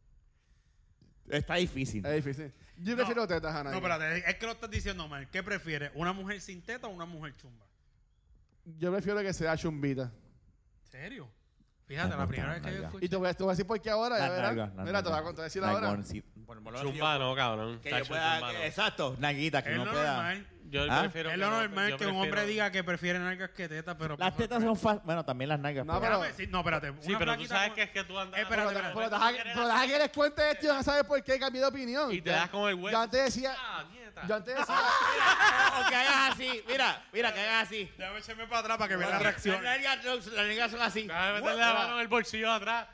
Está difícil. Es difícil. Yo prefiero tetas a No, nalga. espérate, es que lo estás diciendo mal. ¿Qué prefieres? ¿Una mujer sin teta o una mujer chumba? Yo prefiero que sea chumbita. ¿En serio? Fíjate, Me la gusta primera la vez que yo nalga. escuché. Y te voy, a- te voy a decir por qué ahora, ya Las verás. nalgas, las Mira, te voy a nalgas. contar decir ahora. Nalgoncito. Por lo menos que Chumba yo- no, cabrón. Que yo Tacho, pueda... chumba no. Exacto, nalguita, que Es no lo pueda... normal. Yo ¿Ah? prefiero Es que lo no- normal yo que un prefiero- hombre diga que prefiere nalgas que tetas, pero... Las tetas son fáciles. Bueno, también las nalgas. No, pero- pero- Déjame decir- No, espérate. Sí, una pero tú flaquita sabes con- que es que tú andas... Eh, espérate, Pero, espérate. pero deja, pero deja que les cuente esto y van a saber por qué cambié de opinión. Y te Ya- das con el huevo. Yo antes decía... Ah, nieta. Yo antes decía... O que hagas así. Mira, mira, que hagas así. Déjame echarme para atrás para que vea la Las reacción. nalgas, las nalgas son así. Déjame meterle la mano en el bolsillo de atrás.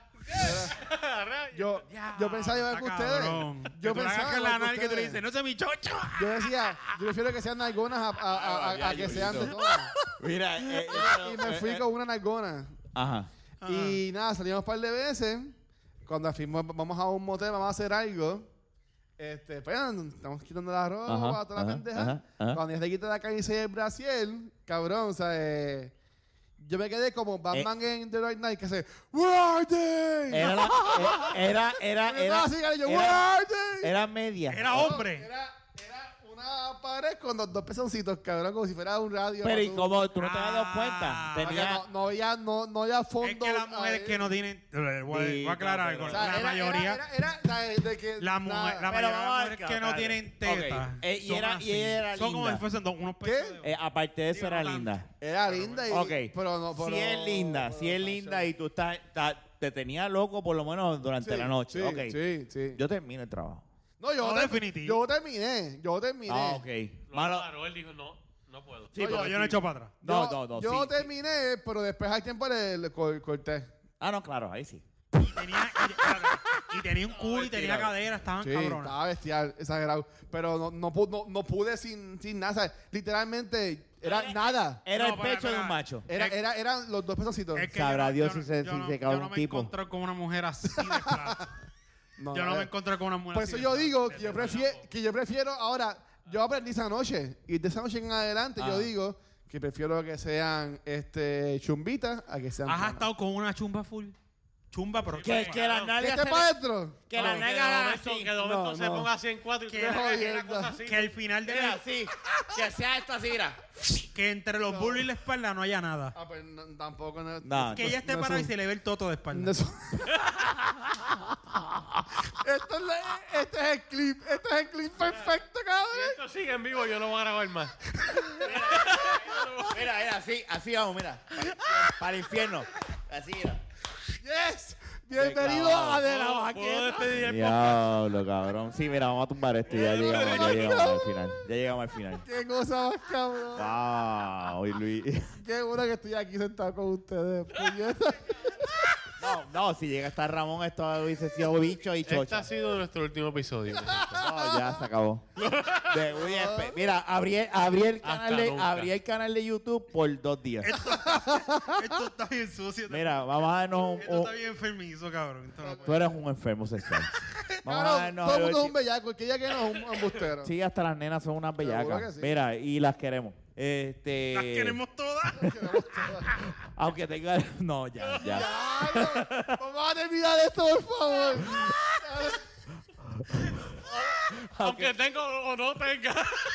Yo, yo pensaba igual que Está ustedes. cabrón. Yo Que tú le hagas pensaba con la igual que nalga y tú le ustedes. dices, no sé mi chocho. Yo decía, yo prefiero que sean nalgonas a, a- a- a- a que sean de todas. Mira, eh, Y me fui con una nalgona. Ajá. Y nada, salimos un par de veces. Cuando fuimos, vamos a un motel, vamos a hacer algo. Este, pues, estamos quitando la ropa, Ajá, toda la ajá, pendeja. ajá, ajá. Cuando ya se quita la camisa y el brasier, cabrón, o sea, eh, yo me quedé como Batman en The Dark Knight que hace Where are they? Era, la- eh, era, era, Y yo era, estaba así, y yo, Where era, are they? era media. Era hombre. Era, era una pared con dos, dos pezoncitos, cabrón, como si fuera un radio. Pero ¿y tú- cómo tú no te habías dado Ah, cuenta? Porque Tenía... no, no había, no, no había fondo. Es que las mujeres ahí. que no tienen... eh, Voy a, Sí, voy a aclarar no, algo. O sea, La era, mayoría... Era, era, era de, de que. La, mujer, nada. la Pero mayoría de vamos las a ver, mujeres claro, que no claro. tienen tetas Ok. Eh, y son era- y así. ella era Son como linda. si fuesen dos- unos ¿Qué? pechos de- Eh, aparte de eso, Digo, era no tanto. linda. Era linda y. Ok. Pero no, pero, si es linda, si es pero- linda y tú estás, estás- te tenía loco por lo menos durante Sí, la noche. Sí, ok. sí, sí. Yo termino el trabajo. no, yo, No, ter- definitivo. yo terminé. Yo terminé. Ah, ok. No, Malo- claro, él dijo, no, no puedo. Sí, No, No, porque yo no he sí. hecho para atrás. No, Yo- no, no. Yo sí, sí. terminé, pero después al tiempo le, le cor- corté. Ah, no, claro, ahí sí. Y tenía, y, espérate, y tenía un culo y tenía mentira. cadera. Estaban Sí, cabronas. estaba bestial, exagerado. Pero no, no, pu- no, no pude sin, sin nada. ¿sabes? Literalmente, era nada. Era No, el para, pecho de para. un macho. Era, es- era, eran los dos pezoncitos. Es que Sabrá yo no- Dios yo si no- se- yo si no- se cae yo un no me tipo. encontré con una mujer así de plata. No, yo no eh. me encontré con una mujer Por así eso de- yo digo de- que yo, de- prefiero, que yo prefiero ahora, yo aprendí esa noche y de esa noche en adelante Ah. yo digo que prefiero que sean este chumbitas a que sean ¿Has panas. estado con una chumba full? Chumba, pero... Que, que las ¿Que nalgas esté se para le- adentro? que No. las Que de nalgas hagan momento, así. que de momento No, se no. ponga así en cuatro y tú Que- le hagas la jodienda. cosa así. Que al final de... Mira, sí. Que sea esto así, mira. Que entre los bulls y la espalda no haya nada. Ah, pues no, tampoco. No, No. Que ella esté no parada y son- se le ve el toto de espalda. no son- Esto es la- este es el clip. Este es el clip perfecto, Si cabrón. esto sigue en vivo, yo no voy a grabar más. Mira, mira, así, así vamos, mira. Para el infierno. Así, mira. Yes. Bienvenido cabrón. a De la ¿Puedo- puedo Baqueta. despedir el Diablo, cabrón. Sí, mira, vamos a tumbar esto y ya llegamos, ya llegamos al final. Ya llegamos al final. Qué cosa más cabrón. Wow, y Luis. Qué bueno que estoy aquí sentado con ustedes. puñeta. No, no, si llega a estar Ramón, esto hubiese sido bicho y Este ha chocha. sido nuestro último episodio. No, ya se acabó. De- uy, espe- mira, abrí, el- abrí el canal Hasta de, nunca. abrí el canal de YouTube por dos días. Esto está bien sucio. Mira, vamos a darnos Esto un, está bien enfermizo, cabrón. Esto no Tú puede. eres un enfermo sexual. Vamos a Cabrón, darnos todo el mundo es algo un bellaco. Que ya que no es un embustero. Sí, hasta las nenas son unas Seguro bellacas. que sí. Mira, y las queremos. Este, Las queremos todas. Aunque tenga... No, ya, ya. Ya, no. Vamos a terminar esto, por favor. Aunque tenga o no tenga.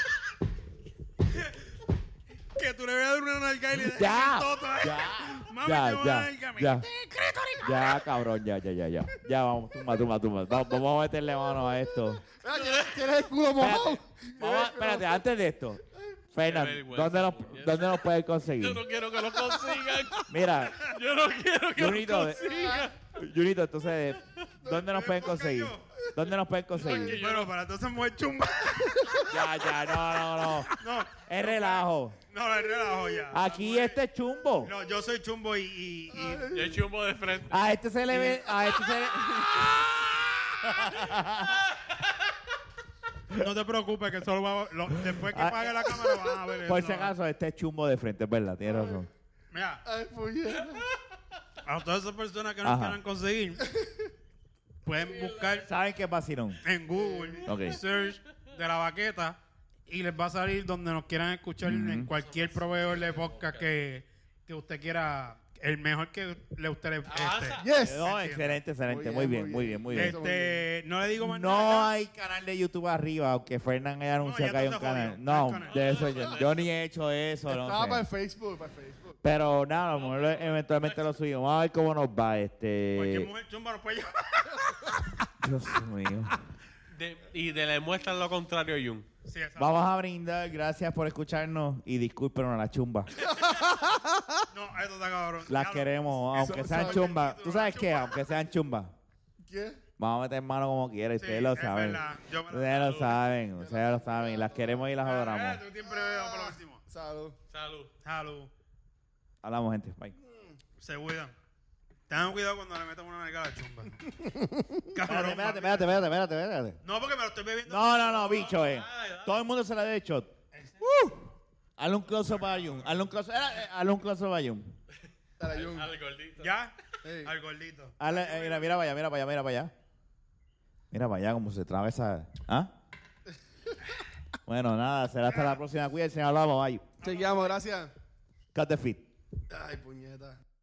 Que tú le veas dar una nalga y le des Ya, el toto. ¿eh? ya, Mami, ya, te voy a ya, nalga, me ya. quité el clítoris. Ya, cabrón, ya, ya, ya, ya. Ya, vamos, tumba, tumba, tumba. Vamos, vamos a meterle mano a esto. Mira, ¿tienes- ¿Tienes el culo mojado? Espérate, vamos a- espérate, antes de esto. Fernan, vergüenza, ¿dónde nos, puñeta. ¿dónde nos pueden Yo conseguir? no quiero que lo consigan. Mira, Yo no quiero que Junito, lo de- consigan. Junito, entonces, ¿dónde nos pueden conseguir? ¿Dónde nos pueden conseguir? Pero para entonces mujer chumba. Ya, ya, no, no, no. No, Es relajo. no, es relajo ya. Aquí este es chumbo. No, yo soy chumbo y... y, y- Yo chumbo de frente. A este se le ve, a este se le... no te preocupes que solo va, lo- después que Ah, pague la cámara van a ver Por eso. si acaso, este es chumbo de frente, es verdad, tienes razón. Mira, Ay, puñeta. a todas esas personas que nos Ajá. quieran conseguir, pueden buscar ¿Saben qué es vacilón? en Google, Ok. search de la baqueta y les va a salir donde nos quieran escuchar en cualquier proveedor de podcast que, que usted quiera, el mejor que le usted le Avanza. este, Yes. No, excelente, excelente. Muy bien, muy bien, muy bien. este, no le digo más No nada. hay canal de YouTube arriba, aunque Fernán haya anunciado ya que hay tú un te canal. jodió, No, no hay canal. de eso yo, yo ni he hecho eso. Estaba No para el sé. Facebook, para el Facebook. Pero nada, a lo mejor lo- eventualmente lo subimos. Vamos a ver cómo nos va Cualquier este. mujer chumba nos puede llevar. Dios mío. De- y de le muestran lo contrario a Jun. Sí, exacto. Vamos a brindar, gracias por escucharnos y discúlpenos a la chumba. No, esto está cabrón. Las Diablo. queremos, aunque Eso- sean eso- chumba. ¿Tú sabes qué? Aunque sean chumba. ¿Qué? Vamos a meter mano como quieran, Sí, ustedes lo es saben. verdad. Yo me la Ustedes lo saludo. saben, ustedes lo saben. Las queremos y las Ah, adoramos. tú siempre veo por lo último. Salud. Salud. Salud. Hablamos, gente. Bye. Se cuidan. Tengan cuidado cuando le metan una nalga a la chumba. Espérate, Cabrón, espérate, espérate, espérate, espérate, espérate. No, porque me lo estoy bebiendo. No, no, no, bicho, eh. Dale, dale. Todo el mundo se la dé shot. Uh. Hazle un close-up a Jun. Hazle un close-up eh, eh, hazle un close-up a Jun. Dale, Jun. Al gordito. ¿Ya? Hey. Al gordito. Hazle, eh, mira, mira para allá, mira para allá, mira para allá. Mira para allá cómo se traba esa... ¿Ah? Bueno, nada, será hasta la próxima. Cuídense, hablamos, bye. Chequeamos, gracias. Cut the feet. Ay, puñeta.